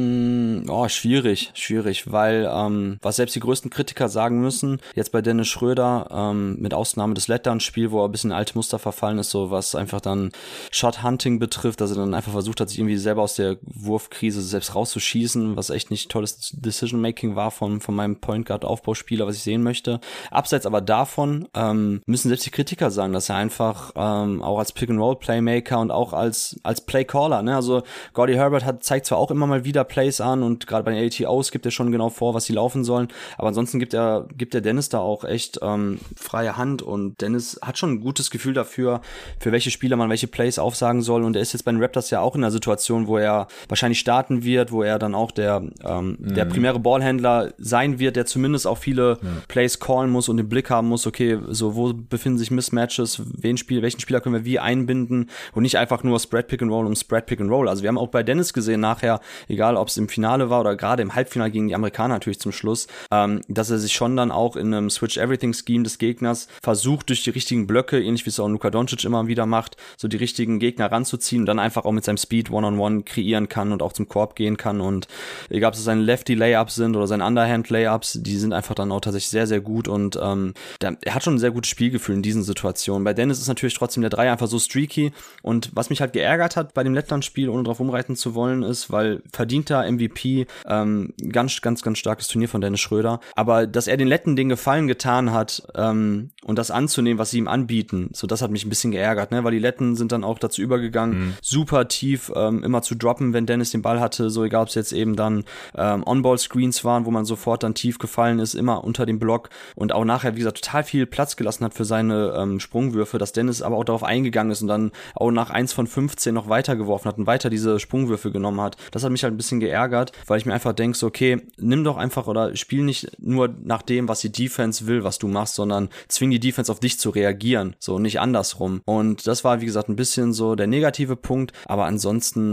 Schwierig, weil was selbst die größten Kritiker sagen müssen, jetzt bei Dennis Schröder, mit Ausnahme des Lettland-Spiel, wo er ein bisschen in alte Muster verfallen ist, so was einfach dann Shot-Hunting betrifft, dass er dann einfach versucht hat, sich irgendwie selber aus der Wurfkrise selbst rauszuschießen, was echt nicht tolles Decision-Making war von meinem Point Guard-Aufbauspieler, was ich sehen möchte. Abseits aber davon müssen selbst die Kritiker sagen, dass er einfach auch als Pick-and-Roll-Playmaker und auch als Play-Caller, ne, also Gordy Herbert zeigt zwar auch immer mal wieder Plays an und gerade bei den ATOs gibt er schon genau vor, was sie laufen sollen, aber ansonsten gibt der Dennis da auch echt freie Hand und Dennis hat schon ein gutes Gefühl dafür, für welche Spieler man welche Plays aufsagen soll und er ist jetzt bei den Raptors ja auch in einer Situation, wo er wahrscheinlich starten wird, wo er dann auch der primäre Ballhändler sein wird, der zumindest auch viele Plays callen muss und den Blick haben muss, okay, so wo befinden sich Mismatches, welchen Spieler können wir wie einbinden und nicht einfach nur Spread Pick and Roll um Spread Pick and Roll. Also wir haben auch bei Dennis gesehen nachher, egal ob es im Finale war oder gerade im Halbfinale gegen die Amerikaner natürlich zum Schluss, dass er sich schon dann auch in einem Switch-Everything-Scheme des Gegners versucht, durch die richtigen Blöcke, ähnlich wie es auch Luka Doncic immer wieder macht, so die richtigen Gegner ranzuziehen und dann einfach auch mit seinem Speed One-on-One kreieren kann und auch zum Korb gehen kann und egal ob es seine Lefty-Layups sind oder seine Underhand-Layups, die sind einfach dann auch tatsächlich sehr, sehr gut und er hat schon ein sehr gutes Spielgefühl in diesen Situationen. Bei Dennis ist natürlich trotzdem der Dreier einfach so streaky und was mich halt geärgert hat bei dem Lettland-Spiel, ohne drauf umreiten zu wollen, ist, weil verdienter MVP, ganz, ganz, ganz starkes Turnier von Dennis Schröder, aber dass er den Letten den Gefallen getan hat und das anzunehmen, was sie ihm anbieten, so das hat mich ein bisschen geärgert, ne, weil die Letten sind dann auch dazu übergegangen, super tief immer zu droppen, wenn Dennis den Ball hatte, so egal ob es jetzt eben dann On-Ball-Screens waren, wo man sofort dann tief gefallen ist, immer unter dem Block und auch nachher, wie gesagt, total viel Platz gelassen hat für seine Sprungwürfe, dass Dennis aber auch darauf eingegangen ist und dann auch nach 1 von 15 noch weitergeworfen hat und weiter diese Sprungwürfe genommen hat. Das hat mich halt ein bisschen geärgert, weil ich mir einfach denke, so, okay, nimm doch einfach oder spiel nicht nur nach dem, was die Defense will, was du machst, sondern zwing die Defense auf dich zu reagieren, so nicht andersrum. Und das war, wie gesagt, ein bisschen so der negative Punkt, aber ansonsten,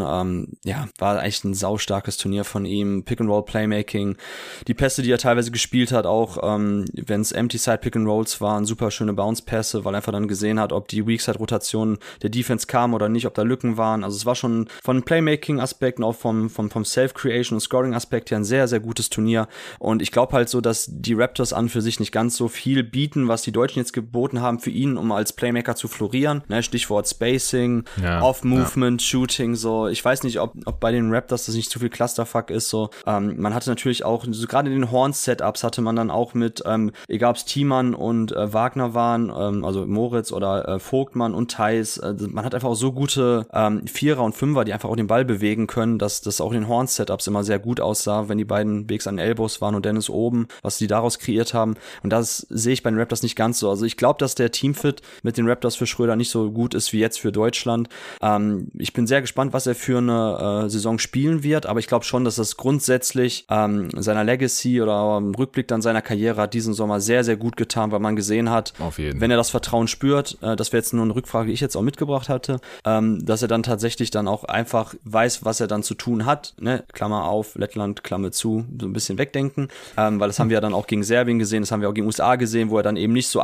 war echt ein saustarkes Turnier von ihm, Pick-and-Roll-Playmaking, die Pässe, die er teilweise gespielt hat, auch wenn es Empty-Side-Pick-and-Rolls waren, super schöne Bounce-Pässe, weil er einfach dann gesehen hat, ob die Weak-Side-Rotation der Defense kam oder nicht, ob da Lücken waren. Also es war schon von Playmaking-Aspekten, auch vom Self-Creation und Scoring-Aspekt her ein sehr, sehr gutes Turnier. Und ich glaube halt so, dass die Raptors an für sich nicht ganz so viel bieten, was die Deutschen jetzt geboten haben für ihn, um als Playmaker zu florieren. Ne, Stichwort Spacing, Off-Movement, Shooting, so. Ich weiß nicht, ob bei den Raptors das nicht zu viel Clusterfuck ist, so. Man hatte natürlich auch, so gerade in den Horns-Setups hatte man dann auch mit, egal ob es Thiemann und Wagner waren, also Moritz oder Vogtmann und Theis, man hat einfach auch so gute Vierer und Fünfer, die einfach auch den Ball bewegen können, dass das auch in den Horns-Setups immer sehr gut aussah, wenn die beiden Bigs an den Elbows waren und Dennis oben, was die daraus kreiert haben. Und das sehe ich bei den Raptors nicht ganz so. Also ich glaube, dass der Teamfit mit den Raptors für Schröder nicht so gut ist wie jetzt für Deutschland. Ich bin sehr gespannt, was er für eine Saison spielen wird, aber ich glaube schon, dass das grundsätzlich seiner Legacy oder im Rückblick dann seiner Karriere hat diesen Sommer sehr, sehr gut getan, weil man gesehen hat, wenn er das Vertrauen spürt, das wäre jetzt nur eine Rückfrage, die ich jetzt auch mitgebracht hatte, dass er dann tatsächlich dann auch einfach weiß, was er dann zu tun hat, ne? Klammer auf, Lettland, Klammer zu, so ein bisschen wegdenken, weil das haben wir ja dann auch gegen Serbien gesehen, das haben wir auch gegen USA gesehen, wo er dann eben nicht so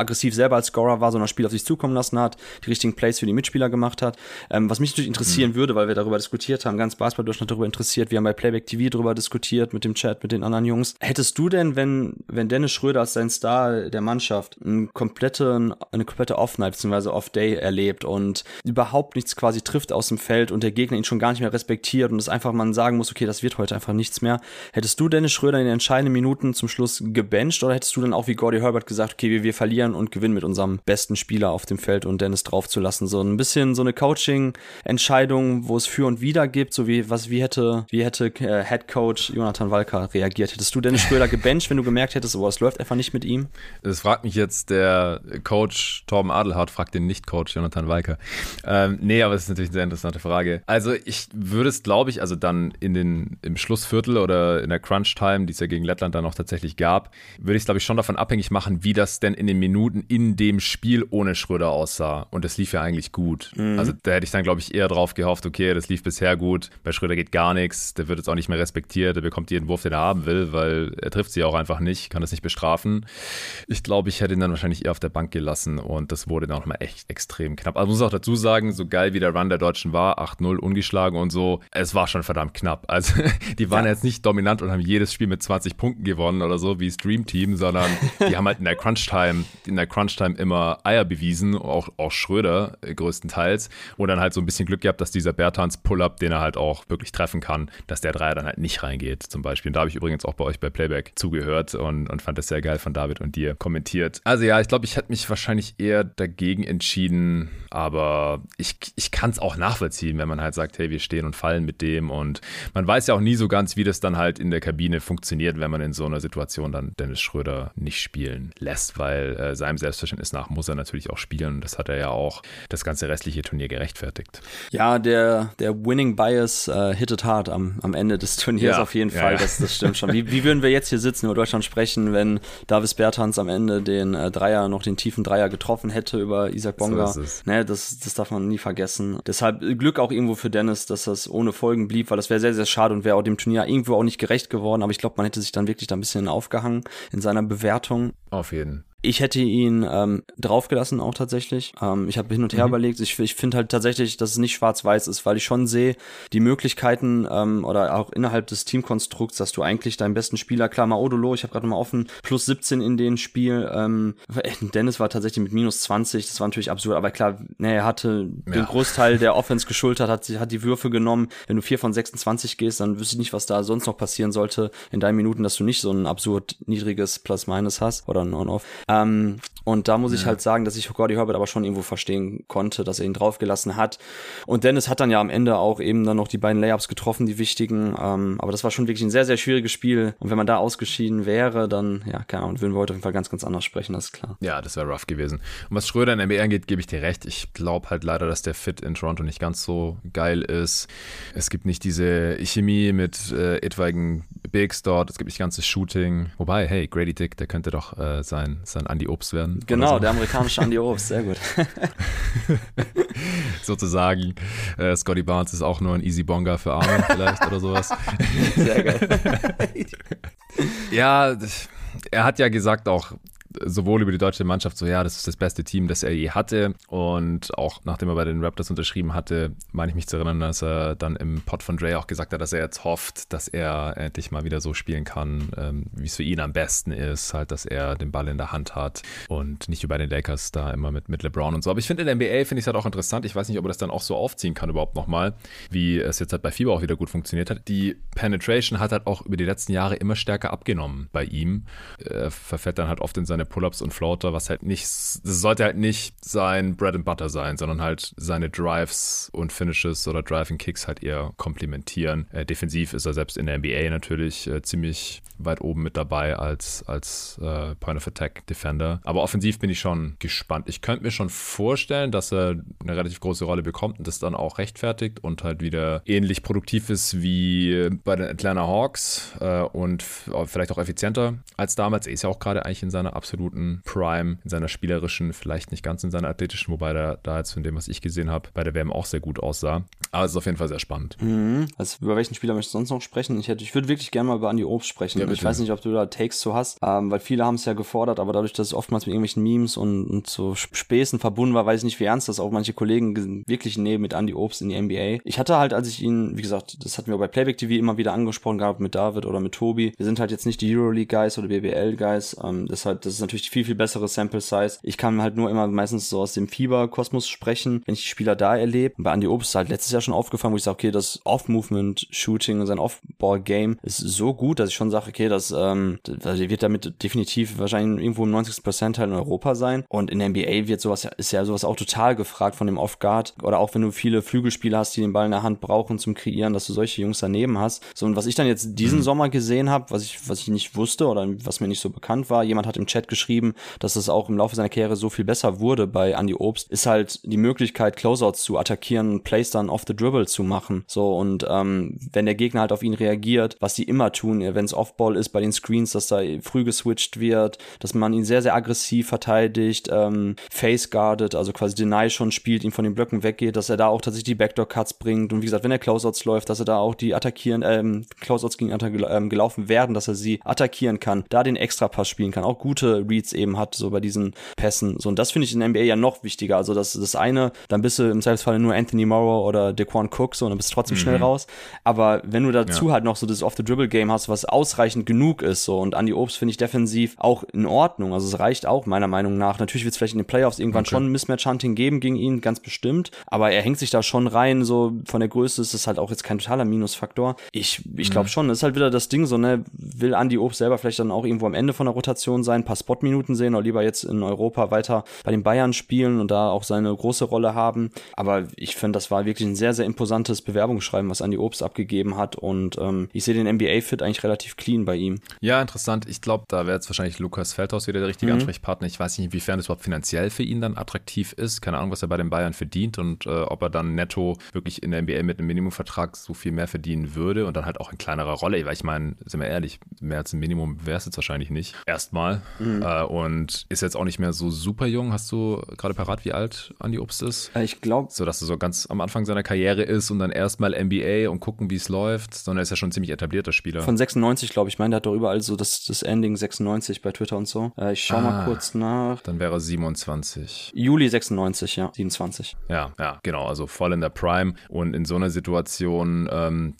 aggressiv selber als Scorer war, sondern das Spiel auf sich zukommen lassen hat, die richtigen Plays für die Mitspieler gemacht hat. Was mich natürlich interessieren würde, weil wir darüber diskutiert haben, ganz Basketball-Deutschland darüber interessiert, wir haben bei Playback TV darüber diskutiert, mit dem Chat, mit den anderen Jungs. Hättest du denn, wenn Dennis Schröder als sein Star der Mannschaft eine komplette Off-Night bzw. Off-Day erlebt und überhaupt nichts quasi trifft aus dem Feld und der Gegner ihn schon gar nicht mehr respektiert und es einfach man sagen muss, okay, das wird heute einfach nichts mehr. Hättest du Dennis Schröder in den entscheidenden Minuten zum Schluss gebencht oder hättest du dann auch wie Gordy Herbert gesagt, okay, wir verlieren und gewinnen mit unserem besten Spieler auf dem Feld und Dennis draufzulassen? So ein bisschen so eine Coaching-Entscheidung, wo es für und wider gibt, so wie hätte Head Coach Jonathan Walker reagiert? Hättest du Dennis Schröder gebencht, wenn du gemerkt hättest, oh, es läuft einfach nicht mit ihm? Das fragt mich jetzt der Coach Torben Adelhardt, fragt den Nicht-Coach Jonathan Walker. Nee, aber das ist natürlich eine sehr interessante Frage. Also ich würde es, glaube ich, also dann im Schlussviertel oder in der Crunch-Time, die es ja gegen Lettland dann auch tatsächlich gab, würde ich es, glaube ich, schon davon abhängig machen, wie das denn in den Minuten in dem Spiel ohne Schröder aussah. Und das lief ja eigentlich gut. Also da hätte ich dann, glaube ich, eher drauf gehofft, okay, das lief bisher gut, bei Schröder geht gar nichts, der wird jetzt auch nicht mehr respektiert, der bekommt jeden Wurf, den er haben will, weil er trifft sie auch einfach nicht, kann das nicht bestrafen. Ich glaube, ich hätte ihn dann wahrscheinlich eher auf der Bank gelassen und das wurde dann auch mal echt extrem knapp. Also muss auch dazu sagen, so geil wie der Run der Deutschen war, 8-0 ungeschlagen und so, es war schon verdammt knapp. Also die waren jetzt nicht dominant und haben jedes Spiel mit 20 Punkten gewonnen oder so, wie das Dream Team, sondern die haben halt in der Crunch-Time immer Eier bewiesen, auch Schröder größtenteils und dann halt so ein bisschen Glück gehabt, dass dieser Bertans Pull-Up, den er halt auch wirklich treffen kann, dass der Dreier dann halt nicht reingeht zum Beispiel. Und da habe ich übrigens auch bei euch bei Playback zugehört und fand das sehr geil von David und dir kommentiert. Also ja, ich glaube, ich hätte mich wahrscheinlich eher dagegen entschieden, aber ich kann es auch nachvollziehen, wenn man halt sagt, hey, wir stehen und fallen mit dem und man weiß ja auch nie so ganz, wie das dann halt in der Kabine funktioniert, wenn man in so einer Situation dann Dennis Schröder nicht spielen lässt, weil seinem Selbstverständnis nach muss er natürlich auch spielen und das hat er ja auch das ganze restliche Turnier gerechtfertigt. Ja, der Winning Bias hittet hart am Ende des Turniers auf jeden Fall, das stimmt schon. Wie würden wir jetzt hier sitzen über Deutschland sprechen, wenn Davis Bertans am Ende den tiefen Dreier getroffen hätte über Isaac Bonga? So das darf man nie vergessen. Deshalb Glück auch irgendwo für Dennis, dass das ohne Folgen blieb, weil das wäre sehr, sehr schade und wäre auch dem Turnier irgendwo auch nicht gerecht geworden, aber ich glaube, man hätte sich dann wirklich da ein bisschen aufgehangen in seiner Bewertung. Auf jeden Fall. Ich hätte ihn draufgelassen auch tatsächlich. Ich habe hin und her überlegt. Ich finde halt tatsächlich, dass es nicht schwarz-weiß ist, weil ich schon sehe, die Möglichkeiten oder auch innerhalb des Teamkonstrukts, dass du eigentlich deinen besten Spieler, klar, Maodolo, ich habe gerade nochmal offen, plus 17 in dem Spiel. Dennis war tatsächlich mit minus 20, das war natürlich absurd, aber klar, er hatte den Großteil der Offense geschultert, hat die Würfe genommen. Wenn du 4 von 26 gehst, dann wüsste ich nicht, was da sonst noch passieren sollte in deinen Minuten, dass du nicht so ein absurd niedriges Plus-Minus hast oder ein On-Off. Und da muss ich halt sagen, dass ich Gordy Herbert aber schon irgendwo verstehen konnte, dass er ihn draufgelassen hat. Und Dennis hat dann ja am Ende auch eben dann noch die beiden Layups getroffen, die wichtigen. Aber das war schon wirklich ein sehr, sehr schwieriges Spiel. Und wenn man da ausgeschieden wäre, dann, ja, keine Ahnung, würden wir heute auf jeden Fall ganz, ganz anders sprechen, das ist klar. Ja, das wäre rough gewesen. Und was Schröder in der NBA angeht, gebe ich dir recht. Ich glaube halt leider, dass der Fit in Toronto nicht ganz so geil ist. Es gibt nicht diese Chemie mit etwaigen Bigs dort. Es gibt nicht ganzes Shooting. Wobei, hey, Grady Dick, der könnte doch sein Andy Obst werden. Genau, so. Der amerikanische Andy Obst, sehr gut. Sozusagen. Scotty Barnes ist auch nur ein Easy Bonga für Arme vielleicht oder sowas. Sehr geil. Ja, er hat ja gesagt auch, sowohl über die deutsche Mannschaft, so ja, das ist das beste Team, das er je hatte und auch nachdem er bei den Raptors unterschrieben hatte, meine ich mich zu erinnern, dass er dann im Pod von Dre auch gesagt hat, dass er jetzt hofft, dass er endlich mal wieder so spielen kann, wie es für ihn am besten ist, halt, dass er den Ball in der Hand hat und nicht wie bei den Lakers da immer mit LeBron und so. Aber ich finde in der NBA finde ich es halt auch interessant, ich weiß nicht, ob er das dann auch so aufziehen kann überhaupt nochmal, wie es jetzt halt bei FIBA auch wieder gut funktioniert hat. Die Penetration hat halt auch über die letzten Jahre immer stärker abgenommen bei ihm. Er verfällt dann halt oft in seine Pull-Ups und Floater, was halt nicht, das sollte halt nicht sein Bread and Butter sein, sondern halt seine Drives und Finishes oder Driving Kicks halt eher komplementieren. Defensiv ist er selbst in der NBA natürlich ziemlich weit oben mit dabei als Point of Attack Defender. Aber offensiv bin ich schon gespannt. Ich könnte mir schon vorstellen, dass er eine relativ große Rolle bekommt und das dann auch rechtfertigt und halt wieder ähnlich produktiv ist wie bei den Atlanta Hawks und vielleicht auch effizienter als damals. Er ist ja auch gerade eigentlich in seiner absoluten Prime, in seiner spielerischen, vielleicht nicht ganz in seiner athletischen, wobei der da jetzt von dem, was ich gesehen habe, bei der WM auch sehr gut aussah. Aber es ist auf jeden Fall sehr spannend. Also über welchen Spieler möchtest du sonst noch sprechen? Ich würde wirklich gerne mal über Andy Obst sprechen. Ja, und ich weiß nicht, ob du da Takes zu hast, weil viele haben es ja gefordert, aber dadurch, dass es oftmals mit irgendwelchen Memes und so Späßen verbunden war, weiß ich nicht, wie ernst das auch manche Kollegen wirklich nehmen mit Andy Obst in die NBA. Ich hatte halt, als ich ihn, wie gesagt, das hatten wir bei Playback TV immer wieder angesprochen gehabt mit David oder mit Tobi, wir sind halt jetzt nicht die Euroleague-Guys oder BBL-Guys, das ist natürlich die viel, viel bessere Sample-Size. Ich kann halt nur immer meistens so aus dem Fieber-Kosmos sprechen, wenn ich die Spieler da erlebe. Und bei Andy Obst ist halt letztes Jahr schon aufgefallen, wo ich sage, okay, das Off-Movement-Shooting und sein Off-Ball-Game ist so gut, dass ich schon sage, okay, das wird damit definitiv wahrscheinlich irgendwo im 90. Percentile in Europa sein. Und in der NBA ist ja sowas auch total gefragt von dem Off-Guard. Oder auch wenn du viele Flügelspieler hast, die den Ball in der Hand brauchen zum Kreieren, dass du solche Jungs daneben hast. So, und was ich dann jetzt diesen Sommer gesehen habe, was ich nicht wusste oder was mir nicht so bekannt war, jemand hat im Chat geschrieben, dass es auch im Laufe seiner Karriere so viel besser wurde bei Andy Obst, ist halt die Möglichkeit, Closeouts zu attackieren und Plays dann off the dribble zu machen. So, und wenn der Gegner halt auf ihn reagiert, was die immer tun, wenn es Off-Ball ist bei den Screens, dass da früh geswitcht wird, dass man ihn sehr, sehr aggressiv verteidigt, face-guardet, also quasi Deny schon spielt, ihn von den Blöcken weggeht, dass er da auch tatsächlich die Backdoor-Cuts bringt und wie gesagt, wenn er Closeouts läuft, dass er da auch die Closeouts gegen gelaufen werden, dass er sie attackieren kann, da den Extrapass spielen kann, auch gute Reads eben hat, so bei diesen Pässen. So, und das finde ich in der NBA ja noch wichtiger. Also das eine, dann bist du im Zweifelsfall nur Anthony Morrow oder Daquan Cook, so, und dann bist du trotzdem schnell raus. Aber wenn du dazu halt noch so das Off-the-Dribble-Game hast, was ausreichend genug ist, so, und Andy Obst finde ich defensiv auch in Ordnung. Also es reicht auch meiner Meinung nach. Natürlich wird es vielleicht in den Playoffs irgendwann schon ein Mismatch-Hunting geben gegen ihn, ganz bestimmt. Aber er hängt sich da schon rein, so von der Größe ist es halt auch jetzt kein totaler Minusfaktor. Ich glaube schon, das ist halt wieder das Ding, so, ne, will Andy Obst selber vielleicht dann auch irgendwo am Ende von der Rotation sein, ein paar Spot-Minuten sehen oder lieber jetzt in Europa weiter bei den Bayern spielen und da auch seine große Rolle haben. Aber ich finde, das war wirklich ein sehr, sehr imposantes Bewerbungsschreiben, was Andy Obst abgegeben hat und ich sehe den NBA-Fit eigentlich relativ clean bei ihm. Ja, interessant. Ich glaube, da wäre jetzt wahrscheinlich Lukas Feldhaus wieder der richtige Ansprechpartner. Ich weiß nicht, inwiefern es überhaupt finanziell für ihn dann attraktiv ist. Keine Ahnung, was er bei den Bayern verdient und ob er dann netto wirklich in der NBA mit einem Minimumvertrag so viel mehr verdienen würde und dann halt auch in kleinerer Rolle. Weil ich meine, sind wir ehrlich, mehr als ein Minimum wäre es jetzt wahrscheinlich nicht. Erstmal. Und ist jetzt auch nicht mehr so super jung. Hast du gerade parat, wie alt Andy Obst ist? Ich glaube. So, dass er so ganz am Anfang seiner Karriere ist und dann erstmal NBA und gucken, wie es läuft. Sondern er ist ja schon ein ziemlich etablierter Spieler. Von 96, glaube ich. Der hat doch überall so das Ending 96 bei Twitter und so. Ich schau mal kurz nach. Dann wäre er 27. Juli 96, ja. 27. Ja, genau. Also voll in der Prime. Und in so einer Situation,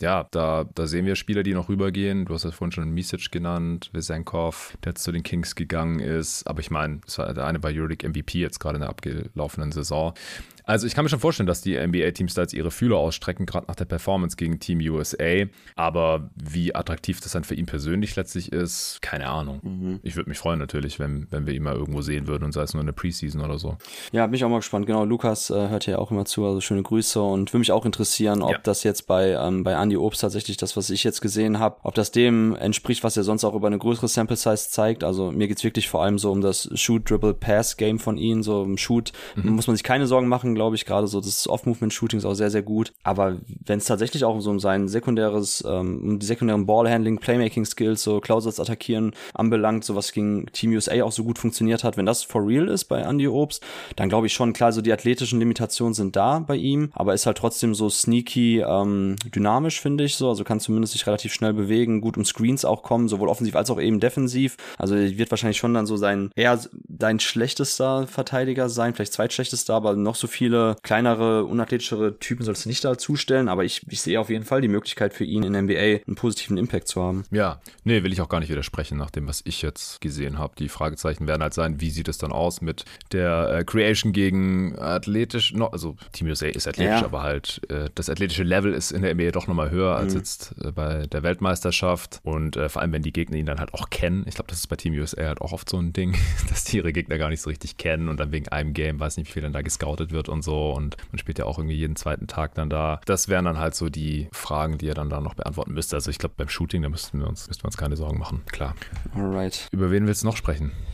da sehen wir Spieler, die noch rübergehen. Du hast ja vorhin schon Micic genannt, Vesenkov, der jetzt zu den Kings gegangen ist. Aber ich meine, das war der eine bei Euroleague MVP jetzt gerade in der abgelaufenen Saison. Also ich kann mir schon vorstellen, dass die NBA-Teams da jetzt ihre Fühler ausstrecken, gerade nach der Performance gegen Team USA. Aber wie attraktiv das dann für ihn persönlich letztlich ist, keine Ahnung. Ich würde mich freuen natürlich, wenn wir ihn mal irgendwo sehen würden und sei es nur in der Preseason oder so. Ja, bin ich auch mal gespannt. Genau, Lukas hört ja auch immer zu, also schöne Grüße und würde mich auch interessieren, ob das jetzt bei Andy Obst tatsächlich das, was ich jetzt gesehen habe, ob das dem entspricht, was er sonst auch über eine größere Sample-Size zeigt. Also mir geht's wirklich vor allem so um das Shoot-Dribble-Pass-Game von ihm, so im Shoot muss man sich keine Sorgen machen, glaube ich, gerade so das Off-Movement-Shooting ist auch sehr, sehr gut. Aber wenn es tatsächlich auch so um sein sekundäres, um die sekundären Ballhandling, Playmaking-Skills, so Closeouts attackieren anbelangt, so was gegen Team USA auch so gut funktioniert hat, wenn das for real ist bei Andy Obst, dann glaube ich schon, klar, so die athletischen Limitationen sind da bei ihm, aber ist halt trotzdem so sneaky, dynamisch, finde ich so, also kann zumindest sich relativ schnell bewegen, gut um Screens auch kommen, sowohl offensiv als auch eben defensiv. Also wird wahrscheinlich schon dann so eher dein schlechtester Verteidiger sein, vielleicht zweitschlechtester, aber noch so viele kleinere, unathletischere Typen sollst du nicht dazu stellen, aber ich sehe auf jeden Fall die Möglichkeit für ihn in der NBA einen positiven Impact zu haben. Ja, nee, will ich auch gar nicht widersprechen, nach dem, was ich jetzt gesehen habe. Die Fragezeichen werden halt sein, wie sieht es dann aus mit der Creation gegen athletisch, also Team USA ist athletisch, aber halt das athletische Level ist in der NBA doch nochmal höher als jetzt bei der Weltmeisterschaft und vor allem, wenn die Gegner ihn dann halt auch kennen. Ich glaube, das ist bei Team USA halt auch oft so ein Ding, dass die ihre Gegner gar nicht so richtig kennen und dann wegen einem Game, weiß nicht, wie viel dann da gescoutet wird und so und man spielt ja auch irgendwie jeden zweiten Tag dann da. Das wären dann halt so die Fragen, die er dann da noch beantworten müsste. Also ich glaube, beim Shooting, da müssten wir uns keine Sorgen machen, klar. Alright. Über wen willst du noch sprechen?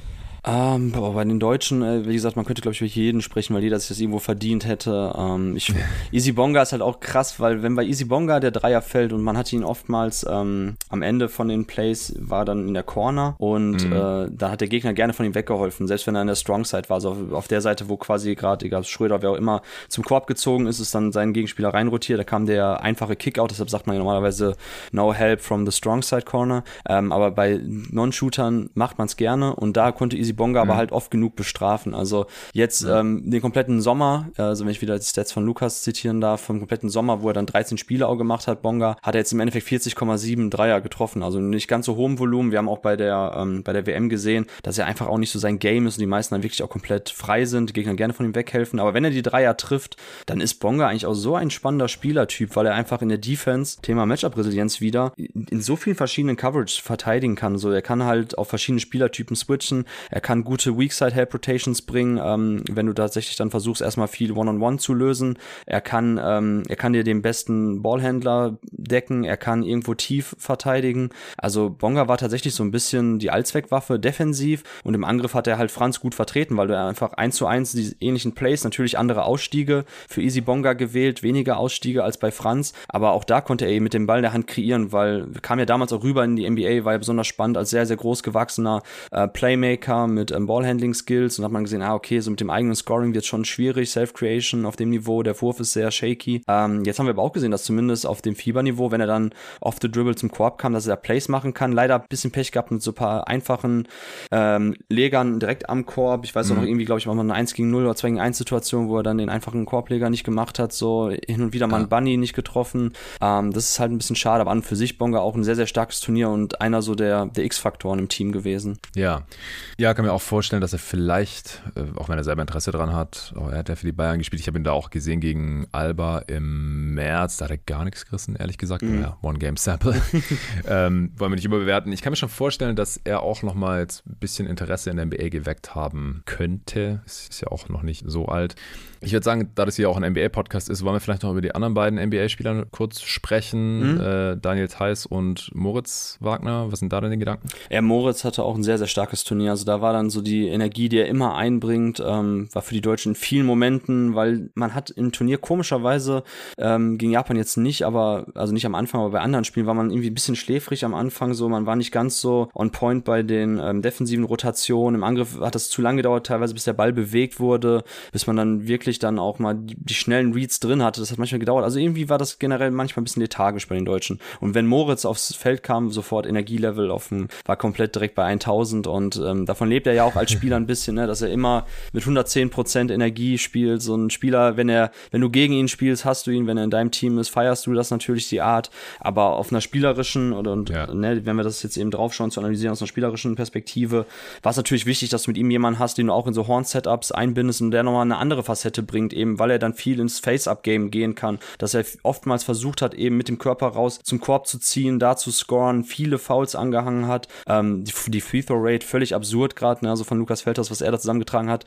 Bei den Deutschen, wie gesagt, man könnte, glaube ich, über jeden sprechen, weil jeder sich das irgendwo verdient hätte. Easy Bonga ist halt auch krass, weil wenn bei Easy Bonga der Dreier fällt und man hatte ihn oftmals am Ende von den Plays, war dann in der Corner und da hat der Gegner gerne von ihm weggeholfen, selbst wenn er in der Strong Side war, also auf der Seite, wo quasi gerade, egal Schröder, wer auch immer, zum Korb gezogen ist, ist dann sein Gegenspieler reinrotiert, da kam der einfache Kickout, deshalb sagt man ja normalerweise no help from the Strong Side Corner, aber bei Non-Shootern macht man es gerne und da konnte Easy Bonga aber halt oft genug bestrafen, also jetzt den kompletten Sommer, also wenn ich wieder die Stats von Lukas zitieren darf, vom kompletten Sommer, wo er dann 13 Spiele auch gemacht hat, Bonga, hat er jetzt im Endeffekt 40,7 Dreier getroffen, also nicht ganz so hohem Volumen, wir haben auch bei der WM gesehen, dass er einfach auch nicht so sein Game ist und die meisten dann wirklich auch komplett frei sind, die Gegner gerne von ihm weghelfen, aber wenn er die Dreier trifft, dann ist Bonga eigentlich auch so ein spannender Spielertyp, weil er einfach in der Defense, Thema Matchup-Resilienz wieder, in so vielen verschiedenen Coverage verteidigen kann, so er kann halt auf verschiedene Spielertypen switchen, er kann gute Weak-Side-Help-Rotations bringen, wenn du tatsächlich dann versuchst, erstmal viel One-on-One zu lösen, er kann dir den besten Ballhändler decken, er kann irgendwo tief verteidigen, also Bonga war tatsächlich so ein bisschen die Allzweckwaffe defensiv und im Angriff hat er halt Franz gut vertreten, weil du einfach 1:1 die ähnlichen Plays, natürlich andere Ausstiege für Easy Bonga gewählt, weniger Ausstiege als bei Franz, aber auch da konnte er eben mit dem Ball in der Hand kreieren, weil kam ja damals auch rüber in die NBA, war ja besonders spannend als sehr, sehr groß gewachsener Playmaker mit Ballhandling-Skills und hat man gesehen, okay, so mit dem eigenen Scoring wird schon schwierig, Self-Creation auf dem Niveau, der Wurf ist sehr shaky. Jetzt haben wir aber auch gesehen, dass zumindest auf dem Fieberniveau, wenn er dann off the dribble zum Korb kam, dass er da Plays machen kann, leider ein bisschen Pech gehabt mit so ein paar einfachen Legern direkt am Korb, ich weiß auch noch irgendwie, glaube ich, war mal eine 1-gegen-0 oder 2-gegen-1 Situation, wo er dann den einfachen Korbleger nicht gemacht hat, so hin und wieder mal einen Bunny nicht getroffen, das ist halt ein bisschen schade, aber an und für sich Bonga auch ein sehr, sehr starkes Turnier und einer so der X-Faktoren im Team gewesen. Ja, kann mir auch vorstellen, dass er vielleicht, auch wenn er selber Interesse dran hat, er hat ja für die Bayern gespielt, ich habe ihn da auch gesehen gegen Alba im März, da hat er gar nichts gerissen, ehrlich gesagt, One-Game-Sample, wollen wir nicht überbewerten. Ich kann mir schon vorstellen, dass er auch nochmal jetzt ein bisschen Interesse in der NBA geweckt haben könnte, ist ja auch noch nicht so alt. Ich würde sagen, da das hier auch ein NBA-Podcast ist, wollen wir vielleicht noch über die anderen beiden NBA-Spieler kurz sprechen. Daniel Theis und Moritz Wagner. Was sind da deine Gedanken? Ja, Moritz hatte auch ein sehr, sehr starkes Turnier. Also da war dann so die Energie, die er immer einbringt, war für die Deutschen in vielen Momenten, weil man hat im Turnier komischerweise gegen Japan jetzt nicht, aber also nicht am Anfang, aber bei anderen Spielen war man irgendwie ein bisschen schläfrig am Anfang. So, man war nicht ganz so on point bei den defensiven Rotationen. Im Angriff hat das zu lange gedauert, teilweise bis der Ball bewegt wurde, bis man dann wirklich dann auch mal die schnellen Reads drin hatte. Das hat manchmal gedauert. Also irgendwie war das generell manchmal ein bisschen lethargisch bei den Deutschen. Und wenn Moritz aufs Feld kam, sofort Energielevel war komplett direkt bei 1000 und davon lebt er ja auch als Spieler ein bisschen, ne, dass er immer mit 110% Energie spielt. So ein Spieler, wenn du gegen ihn spielst, hast du ihn, wenn er in deinem Team ist, feierst du das natürlich die Art, aber auf einer spielerischen wenn wir das jetzt eben draufschauen, zu analysieren aus einer spielerischen Perspektive, war es natürlich wichtig, dass du mit ihm jemanden hast, den du auch in so Horn-Setups einbindest und der nochmal eine andere Facette bringt, eben weil er dann viel ins Face-Up-Game gehen kann, dass er oftmals versucht hat, eben mit dem Körper raus zum Korb zu ziehen, da zu scoren, viele Fouls angehangen hat, die Free-Throw-Rate völlig absurd gerade, ne, also von Lukas Feldhaus, was er da zusammengetragen hat,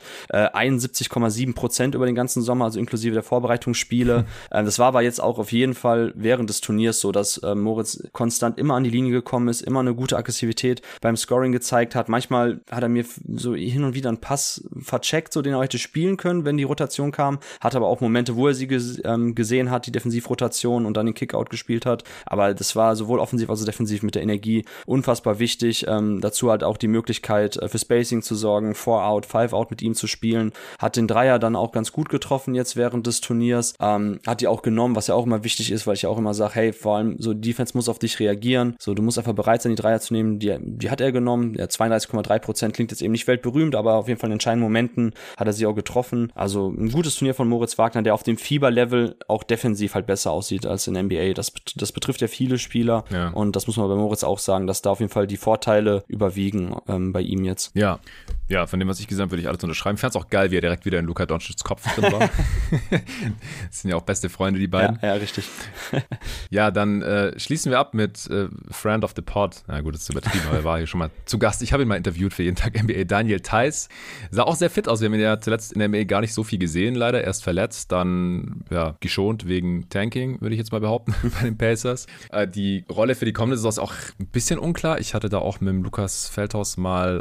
71,7% über den ganzen Sommer, also inklusive der Vorbereitungsspiele. Das war aber jetzt auch auf jeden Fall während des Turniers so, dass Moritz konstant immer an die Linie gekommen ist, immer eine gute Aggressivität beim Scoring gezeigt hat. Manchmal hat er mir so hin und wieder einen Pass vercheckt, so den er hätte spielen können, wenn die Rotation kam, hat aber auch Momente, wo er sie gesehen hat, die Defensivrotation und dann den Kickout gespielt hat, aber das war sowohl offensiv als auch defensiv mit der Energie unfassbar wichtig, dazu halt auch die Möglichkeit für Spacing zu sorgen, 4-Out, 5-Out mit ihm zu spielen, hat den Dreier dann auch ganz gut getroffen jetzt während des Turniers, hat die auch genommen, was ja auch immer wichtig ist, weil ich ja auch immer sage, hey, vor allem so Defense muss auf dich reagieren, so du musst einfach bereit sein, die Dreier zu nehmen, die hat er genommen, der 32,3% klingt jetzt eben nicht weltberühmt, aber auf jeden Fall in entscheidenden Momenten hat er sie auch getroffen, also ein gutes Turnier von Moritz Wagner, der auf dem Fieberlevel auch defensiv halt besser aussieht als in der NBA, das betrifft ja viele Spieler und das muss man bei Moritz auch sagen, dass da auf jeden Fall die Vorteile überwiegen bei ihm jetzt. Ja, von dem, was ich gesehen habe, würde ich alles unterschreiben. Ich fand es auch geil, wie er direkt wieder in Luka Doncic's Kopf drin war. Das sind ja auch beste Freunde, die beiden. Ja, richtig. Ja, dann schließen wir ab mit Friend of the Pod. Na gut, das ist übertrieben, aber er war hier schon mal zu Gast. Ich habe ihn mal interviewt für jeden Tag NBA. Daniel Theis sah auch sehr fit aus. Wir haben ihn ja zuletzt in der NBA gar nicht so viel gesehen, leider. Erst verletzt, dann geschont wegen Tanking, würde ich jetzt mal behaupten, bei den Pacers. Die Rolle für die kommende Saison ist auch ein bisschen unklar. Ich hatte da auch mit dem Lukas Feldhaus mal off-air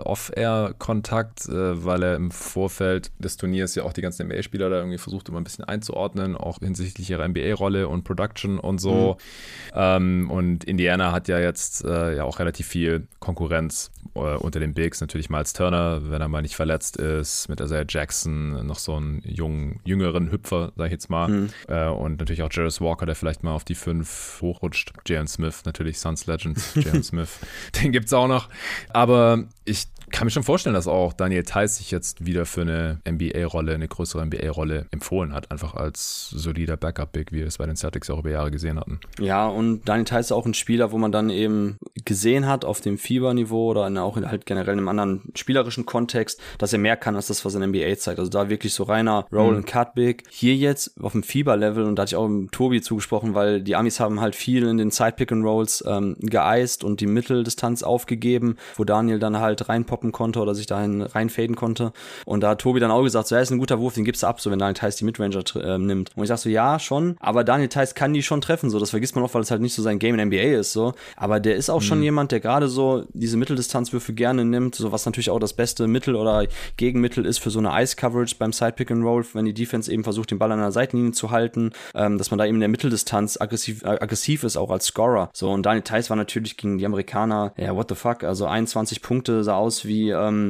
Dreierkontakt, weil er im Vorfeld des Turniers ja auch die ganzen NBA-Spieler da irgendwie versucht, immer ein bisschen einzuordnen, auch hinsichtlich ihrer NBA-Rolle und Production und so. Und Indiana hat ja jetzt ja auch relativ viel Konkurrenz unter den Bigs. Natürlich Miles Turner, wenn er mal nicht verletzt ist, mit Isaiah Jackson, noch so einen jüngeren Hüpfer, sag ich jetzt mal. Und natürlich auch Jarvis Walker, der vielleicht mal auf die 5 hochrutscht. Jalen Smith, natürlich Suns Legend, Jalen Smith, den gibt's auch noch. Aber ich kann mir schon vorstellen, dass auch Daniel Theis sich jetzt wieder für eine NBA-Rolle, eine größere NBA-Rolle empfohlen hat, einfach als solider Backup-Big, wie wir es bei den Celtics auch über Jahre gesehen hatten. Ja, und Daniel Theis ist auch ein Spieler, wo man dann eben gesehen hat auf dem FIBA-Niveau oder auch halt generell in einem anderen spielerischen Kontext, dass er mehr kann als das, was in NBA zeigt. Also da wirklich so reiner Roll-and-Cut-Big. Hier jetzt auf dem FIBA-Level, und da hatte ich auch mit Tobi zugesprochen, weil die Amis haben halt viel in den Side-Pick-and-Rolls geeist und die Mitteldistanz aufgegeben, wo Daniel dann halt reinpoppen konnte oder sich dahin reinfaden konnte. Und da hat Tobi dann auch gesagt, so, ja, ist ein guter Wurf, den gibst du ab, so wenn Daniel Theis die Midranger nimmt. Und ich sag so, ja, schon, aber Daniel Theis kann die schon treffen, so, das vergisst man oft, weil es halt nicht so sein Game in NBA ist, so. Aber der ist auch schon jemand, der gerade so diese Mitteldistanzwürfe gerne nimmt, so was natürlich auch das beste Mittel oder Gegenmittel ist für so eine Ice-Coverage beim Side-Pick-and-Roll, wenn die Defense eben versucht, den Ball an der Seitenlinie zu halten, dass man da eben in der Mitteldistanz aggressiv ist, auch als Scorer. So, und Daniel Theis war natürlich gegen die Amerikaner, ja, what the fuck, also 21 Punkte, sah aus wie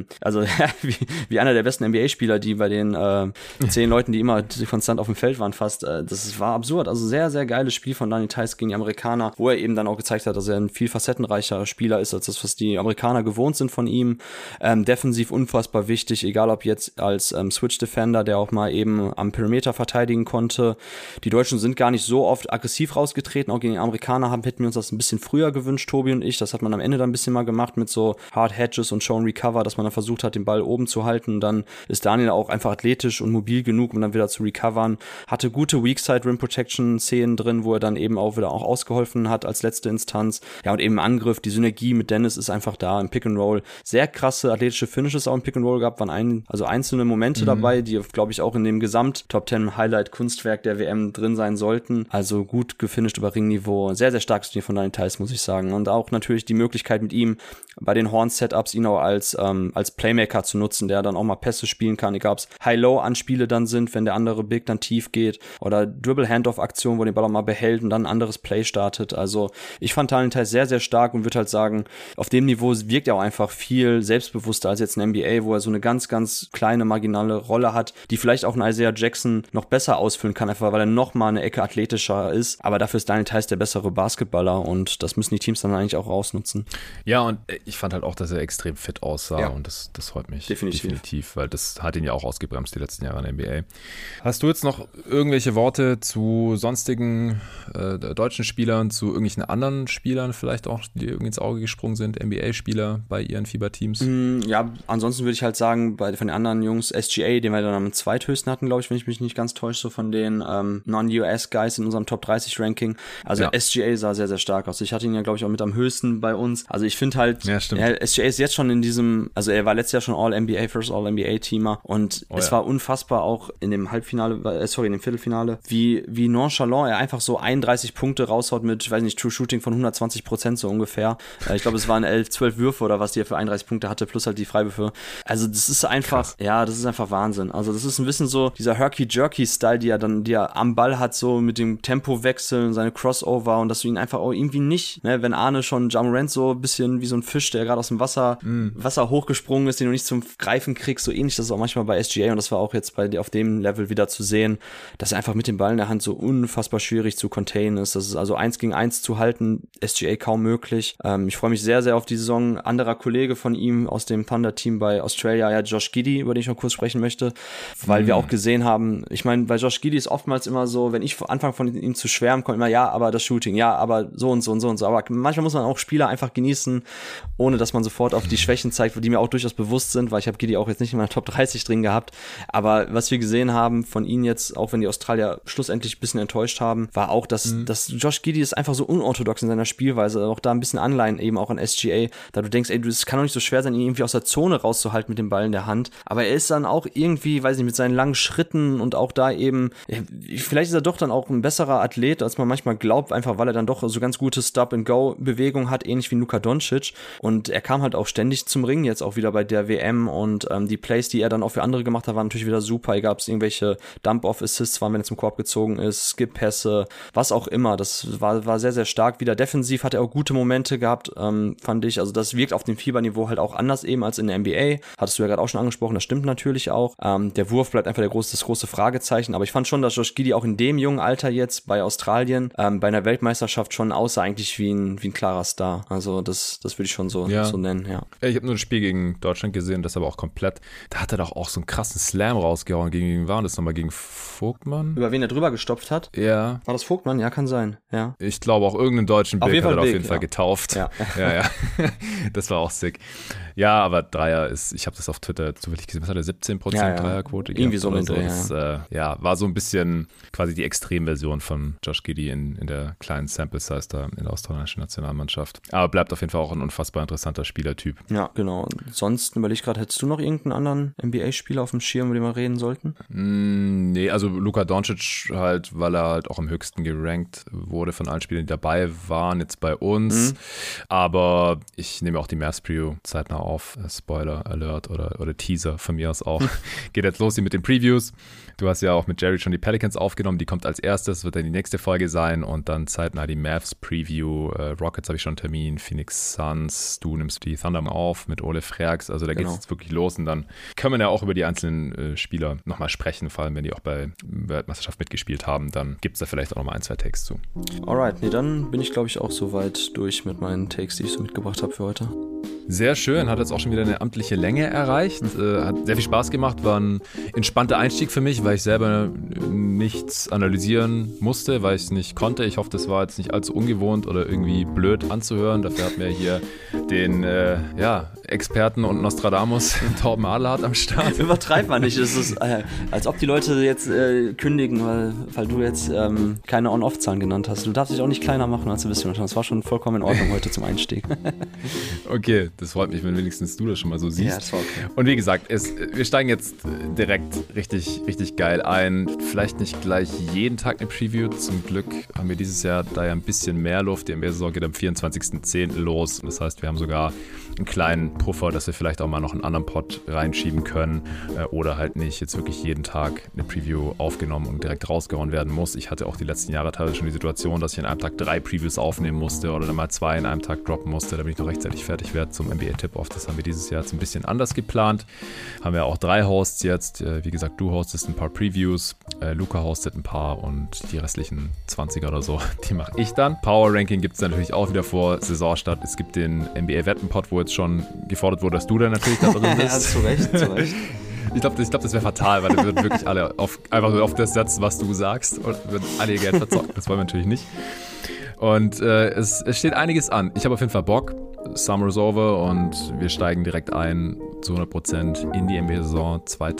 wie einer der besten NBA-Spieler, die bei den 10 Leuten, die immer konstant auf dem Feld waren, fast. Das war absurd. Also sehr, sehr geiles Spiel von Daniel Theis gegen die Amerikaner, wo er eben dann auch gezeigt hat, dass er ein viel facettenreicher Spieler ist, als das, was die Amerikaner gewohnt sind von ihm. Defensiv unfassbar wichtig, egal ob jetzt als Switch-Defender, der auch mal eben am Perimeter verteidigen konnte. Die Deutschen sind gar nicht so oft aggressiv rausgetreten, auch gegen die Amerikaner hätten wir uns das ein bisschen früher gewünscht, Tobi und ich. Das hat man am Ende dann ein bisschen mal gemacht mit so Hard Hedges und Show and Recover, dass man dann versucht hat, den Ball oben zu halten. Und dann ist Daniel auch einfach athletisch und mobil genug, um dann wieder zu recovern. Hatte gute Weakside-Rim-Protection-Szenen drin, wo er dann eben auch wieder ausgeholfen hat als letzte Instanz. Ja, und eben im Angriff, die Synergie mit Dennis ist einfach da im Pick-and-Roll. Sehr krasse athletische Finishes auch im Pick-and-Roll gehabt, waren einzelne Momente dabei, die, glaube ich, auch in dem Gesamt-Top-10-Highlight-Kunstwerk der WM drin sein sollten. Also gut gefinisht über Ringniveau. Sehr, sehr starkes Spiel von Daniel Theis, muss ich sagen. Und auch natürlich die Möglichkeit mit ihm bei den Horn-Setups ihn auch als Playmaker zu nutzen, der dann auch mal Pässe spielen kann, egal ob es High-Low-Anspiele dann sind, wenn der andere Big dann tief geht, oder Dribble-Handoff-Aktion, wo den Ball auch mal behält und dann ein anderes Play startet. Also ich fand Daniel Theis sehr, sehr stark und würde halt sagen, auf dem Niveau wirkt er auch einfach viel selbstbewusster als jetzt in NBA, wo er so eine ganz, ganz kleine, marginale Rolle hat, die vielleicht auch ein Isaiah Jackson noch besser ausfüllen kann, einfach weil er noch mal eine Ecke athletischer ist. Aber dafür ist Daniel Theis der bessere Basketballer und das müssen die Teams dann eigentlich auch rausnutzen. Ja, und ich fand halt auch, dass er extrem fit aussah, ja. Und das freut mich definitiv, weil das hat ihn ja auch ausgebremst die letzten Jahre in der NBA. Hast du jetzt noch irgendwelche Worte zu sonstigen deutschen Spielern, zu irgendwelchen anderen Spielern vielleicht auch, die irgendwie ins Auge gesprungen sind, NBA-Spieler bei ihren FIBA-Teams? Ja, ansonsten würde ich halt sagen, von den anderen Jungs, SGA, den wir dann am zweithöchsten hatten, glaube ich, wenn ich mich nicht ganz täusche, so von den Non-US-Guys in unserem Top 30-Ranking. Also ja. SGA sah sehr, sehr stark aus. Ich hatte ihn ja, glaube ich, auch mit am höchsten bei uns. Also ich finde halt, SGA ist jetzt schon in diesem, also er war letztes Jahr schon All-NBA, First All-NBA-Teamer und es war unfassbar auch in dem in dem Viertelfinale, wie nonchalant er einfach so 31 Punkte raushaut mit, ich weiß nicht, True Shooting von 120% so ungefähr. Ich glaube, es waren 12 Würfe oder was, die er für 31 Punkte hatte, plus halt die Freiwürfe. Also das ist einfach, das ist einfach Wahnsinn. Also das ist ein bisschen so dieser Herky-Jerky-Style, die er am Ball hat, so mit dem Tempowechsel, seine Crossover und dass du ihn einfach auch irgendwie nicht, ne, wenn Arne schon Ja Morant so ein bisschen wie so ein Fisch, der gerade aus dem Wasser hochgesprungen ist, den du nicht zum Greifen kriegst, so ähnlich, das ist auch manchmal bei SGA und das war auch jetzt auf dem Level wieder zu sehen, dass er einfach mit dem Ball in der Hand so unfassbar schwierig zu containen ist. Das ist also 1 gegen 1 zu halten, SGA kaum möglich. Ich freue mich sehr, sehr auf die Saison. Anderer Kollege von ihm aus dem Thunder-Team bei Australia, ja, Josh Giddey, über den ich noch kurz sprechen möchte, weil wir auch gesehen haben, ich meine, bei Josh Giddey ist oftmals immer so, wenn ich anfange von ihm zu schwärmen, kommt immer, ja, aber das Shooting, ja, aber so und so und so und so. Aber manchmal muss man auch Spieler einfach genießen, ohne dass man sofort auf die Schwächen zeigt, die mir auch durchaus bewusst sind, weil ich habe Giddey auch jetzt nicht in meiner Top 30 drin gehabt. Aber was wir gesehen haben von ihm jetzt, auch wenn die Australier schlussendlich ein bisschen enttäuscht haben, war auch, dass Josh Giddey ist einfach so unorthodox in seiner Spielweise, auch da ein bisschen Anleihen eben auch an SGA, da du denkst, es kann doch nicht so schwer sein, ihn irgendwie aus der Zone rauszuhalten mit dem Ball in der Hand. Aber er ist dann auch irgendwie, weiß nicht, mit seinen langen Schritten und auch da eben, vielleicht ist er doch dann auch ein besserer Athlet, als man manchmal glaubt, einfach weil er dann doch so ganz gute Stop-and-Go-Bewegungen hat, ähnlich wie Luka Doncic. Und er kam halt auch ständig zum Ring jetzt auch wieder bei der WM und die Plays, die er dann auch für andere gemacht hat, waren natürlich wieder super. Egal, ob es irgendwelche Dump-Off-Assists waren, wenn er zum Korb gezogen ist, Skip-Pässe, was auch immer. Das war sehr, sehr stark. Wieder defensiv hat er auch gute Momente gehabt, fand ich. Also das wirkt auf dem Fieberniveau halt auch anders eben als in der NBA. Hattest du ja gerade auch schon angesprochen, das stimmt natürlich auch. Der Wurf bleibt einfach das große Fragezeichen. Aber ich fand schon, dass Josh Giddey auch in dem jungen Alter jetzt bei Australien bei einer Weltmeisterschaft schon aussah eigentlich wie ein klarer Star. Also das würde ich schon so nennen, ja. Ich habe nur ein Spiel gegen Deutschland gesehen, das aber auch komplett, da hat er doch auch so einen krassen Slam rausgehauen. Gegen war das nochmal gegen Vogtmann? Über wen er drüber gestopft hat? Ja. War das Vogtmann? Ja, kann sein, ja. Ich glaube auch irgendeinen deutschen Big hat er auf jeden Fall getauft. Ja. Ja. Das war auch sick. Ja, aber Dreier ich habe das auf Twitter zufällig gesehen, was hat er, 17% Dreierquote? Irgendwie so so. Das war so ein bisschen quasi die Extremversion von Josh Giddey in der kleinen Sample-Size da in der australischen Nationalmannschaft. Aber bleibt auf jeden Fall auch ein unfassbar interessanter Spielertyp. Ja, genau. Ansonsten überlege ich gerade, hättest du noch irgendeinen anderen NBA-Spieler auf dem Schirm, über den wir reden sollten? Nee, also Luka Doncic halt, weil er halt auch am höchsten gerankt wurde von allen Spielern, die dabei waren, jetzt bei uns. Aber ich nehme auch die Mavs-Preview zeitnah auf. Spoiler, Alert oder Teaser von mir aus auch. Geht jetzt los hier mit den Previews. Du hast ja auch mit Jerry schon die Pelicans aufgenommen. Die kommt als erstes, wird dann die nächste Folge sein und dann zeitnah die Mavs-Preview. Rockets habe ich schon einen Termin, Phoenix Suns. Du nimmst die Thunder auf mit Ole Freaks. Also da geht es jetzt wirklich los und dann können wir ja auch über die einzelnen Spieler nochmal sprechen, vor allem wenn die auch bei Weltmeisterschaft mitgespielt haben. Dann gibt es da vielleicht auch nochmal 1-2 Takes zu. Alright, dann bin ich glaube ich auch soweit durch mit meinen Takes, die ich so mitgebracht habe für heute. Sehr schön, hat jetzt auch schon wieder eine amtliche Länge erreicht, hat sehr viel Spaß gemacht, war ein entspannter Einstieg für mich, weil ich selber nichts analysieren musste, weil ich es nicht konnte. Ich hoffe, das war jetzt nicht allzu ungewohnt oder irgendwie blöd anzuhören. Dafür hatten wir hier den Experten und Nostradamus, Torben Adelhardt am Start. Übertreib mal nicht, es ist als ob die Leute jetzt kündigen, weil du jetzt keine On-Off-Zahlen genannt hast. Du darfst dich auch nicht kleiner machen, als du bist. Das war schon vollkommen in Ordnung heute zum Einstieg. Okay, das freut mich, wenn wenigstens du das schon mal so siehst. Ja, das war okay. Und wie gesagt, wir steigen jetzt direkt richtig geil ein. Vielleicht nicht gleich jeden Tag eine Preview. Zum Glück haben wir dieses Jahr da ja ein bisschen mehr Luft. Die NBA-Saison geht am 24.10. los. Das heißt, wir haben sogar einen kleinen Puffer, dass wir vielleicht auch mal noch einen anderen Pod reinschieben können oder halt nicht jetzt wirklich jeden Tag eine Preview aufgenommen und direkt rausgehauen werden muss. Ich hatte auch die letzten Jahre teilweise schon die Situation, dass ich an einem Tag 3 Previews aufnehmen musste oder dann mal 2 in einem Tag droppen musste, damit ich noch rechtzeitig fertig werde zum NBA-Tip-Off. Das haben wir dieses Jahr jetzt ein bisschen anders geplant. Haben wir auch 3 Hosts jetzt. Wie gesagt, du hostest ein paar Previews, Luca hostet ein paar und die restlichen 20er oder so, die mache ich dann. Power Ranking gibt es natürlich auch wieder vor Saisonstart. Es gibt den NBA-Wetten-Pod, wo jetzt schon gefordert wurde, dass du da natürlich da drin bist. Ja, zu Recht. Ich glaube, das wäre fatal, weil wir würden wirklich alle einfach nur auf das setzen, was du sagst und würden alle ihr Geld verzocken. Das wollen wir natürlich nicht. Und es steht einiges an. Ich habe auf jeden Fall Bock. Summer is over und wir steigen direkt ein zu 100% in die NBA-Saison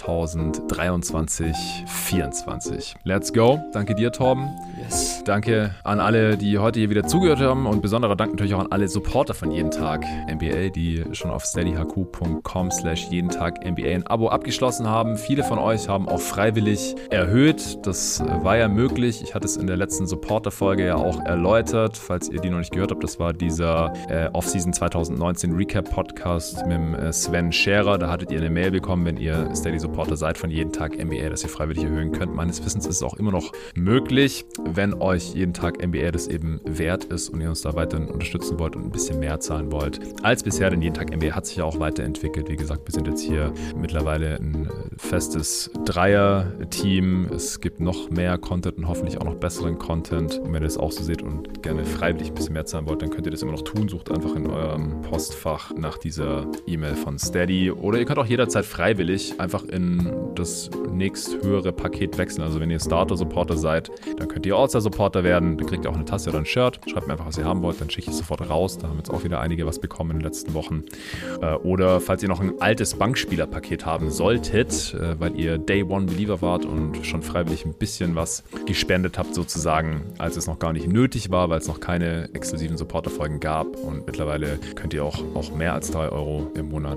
2023-24. Let's go. Danke dir, Torben. Yes. Danke an alle, die heute hier wieder zugehört haben und besonderer Dank natürlich auch an alle Supporter von Jeden Tag NBA, die schon auf steadyhq.com/jeden Tag NBA ein Abo abgeschlossen haben. Viele von euch haben auch freiwillig erhöht. Das war ja möglich. Ich hatte es in der letzten Supporter-Folge ja auch erläutert. Falls ihr die noch nicht gehört habt, das war dieser Off-Season 2019 Recap-Podcast mit dem Sven Scherer. Da hattet ihr eine Mail bekommen, wenn ihr Steady-Supporter seid von Jeden Tag NBA, dass ihr freiwillig erhöhen könnt. Meines Wissens ist es auch immer noch möglich, wenn euch Jeden Tag NBA das eben wert ist und ihr uns da weiterhin unterstützen wollt und ein bisschen mehr zahlen wollt als bisher, denn Jeden Tag NBA hat sich ja auch weiterentwickelt. Wie gesagt, wir sind jetzt hier mittlerweile ein festes Dreier-Team. Es gibt noch mehr Content und hoffentlich auch noch besseren Content. Und wenn ihr das auch so seht und gerne freiwillig ein bisschen mehr zahlen wollt, dann könnt ihr das immer noch tun. Sucht einfach in eurem Postfach nach dieser E-Mail von Steady oder ihr könnt auch jederzeit freiwillig einfach in das nächsthöhere Paket wechseln. Also wenn ihr Starter-Supporter seid, dann könnt ihr All-Star-Supporter werden. Dann kriegt ihr auch eine Tasse oder ein Shirt. Schreibt mir einfach, was ihr haben wollt, dann schicke ich es sofort raus. Da haben jetzt auch wieder einige was bekommen in den letzten Wochen. Oder falls ihr noch ein altes Bankspieler-Paket haben solltet, weil ihr Day One Believer wart und schon freiwillig ein bisschen was gespendet habt sozusagen, als es noch gar nicht nötig war, weil es noch keine exklusiven Supporter-Folgen gab und mittlerweile könnt ihr auch mehr als 3 € im Monat leisten.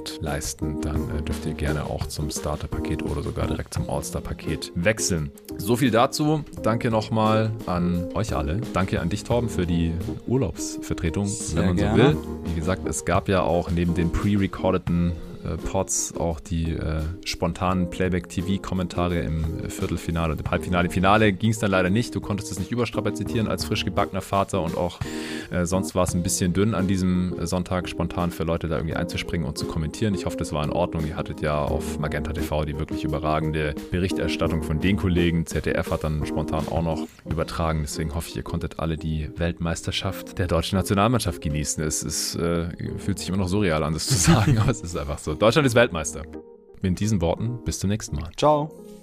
besten, dann dürft ihr gerne auch zum Starter-Paket oder sogar direkt zum All-Star-Paket wechseln. So viel dazu. Danke nochmal an euch alle. Danke an dich, Torben, für die Urlaubsvertretung, wenn man so will. Wie gesagt, es gab ja auch neben den pre-recordeten Pods auch die spontanen Playback-TV-Kommentare im Viertelfinale und im Halbfinale. Im Finale ging es dann leider nicht. Du konntest es nicht überstrapazitieren als frisch gebackener Vater und auch sonst war es ein bisschen dünn an diesem Sonntag spontan für Leute da irgendwie einzuspringen und zu kommentieren. Ich hoffe, das war in Ordnung. Ihr hattet ja auf Magenta TV die wirklich überragende Berichterstattung von den Kollegen. ZDF hat dann spontan auch noch übertragen. Deswegen hoffe ich, ihr konntet alle die Weltmeisterschaft der deutschen Nationalmannschaft genießen. Es fühlt sich immer noch surreal an, das zu sagen, aber es ist einfach so. Deutschland ist Weltmeister. In diesen Worten, bis zum nächsten Mal. Ciao.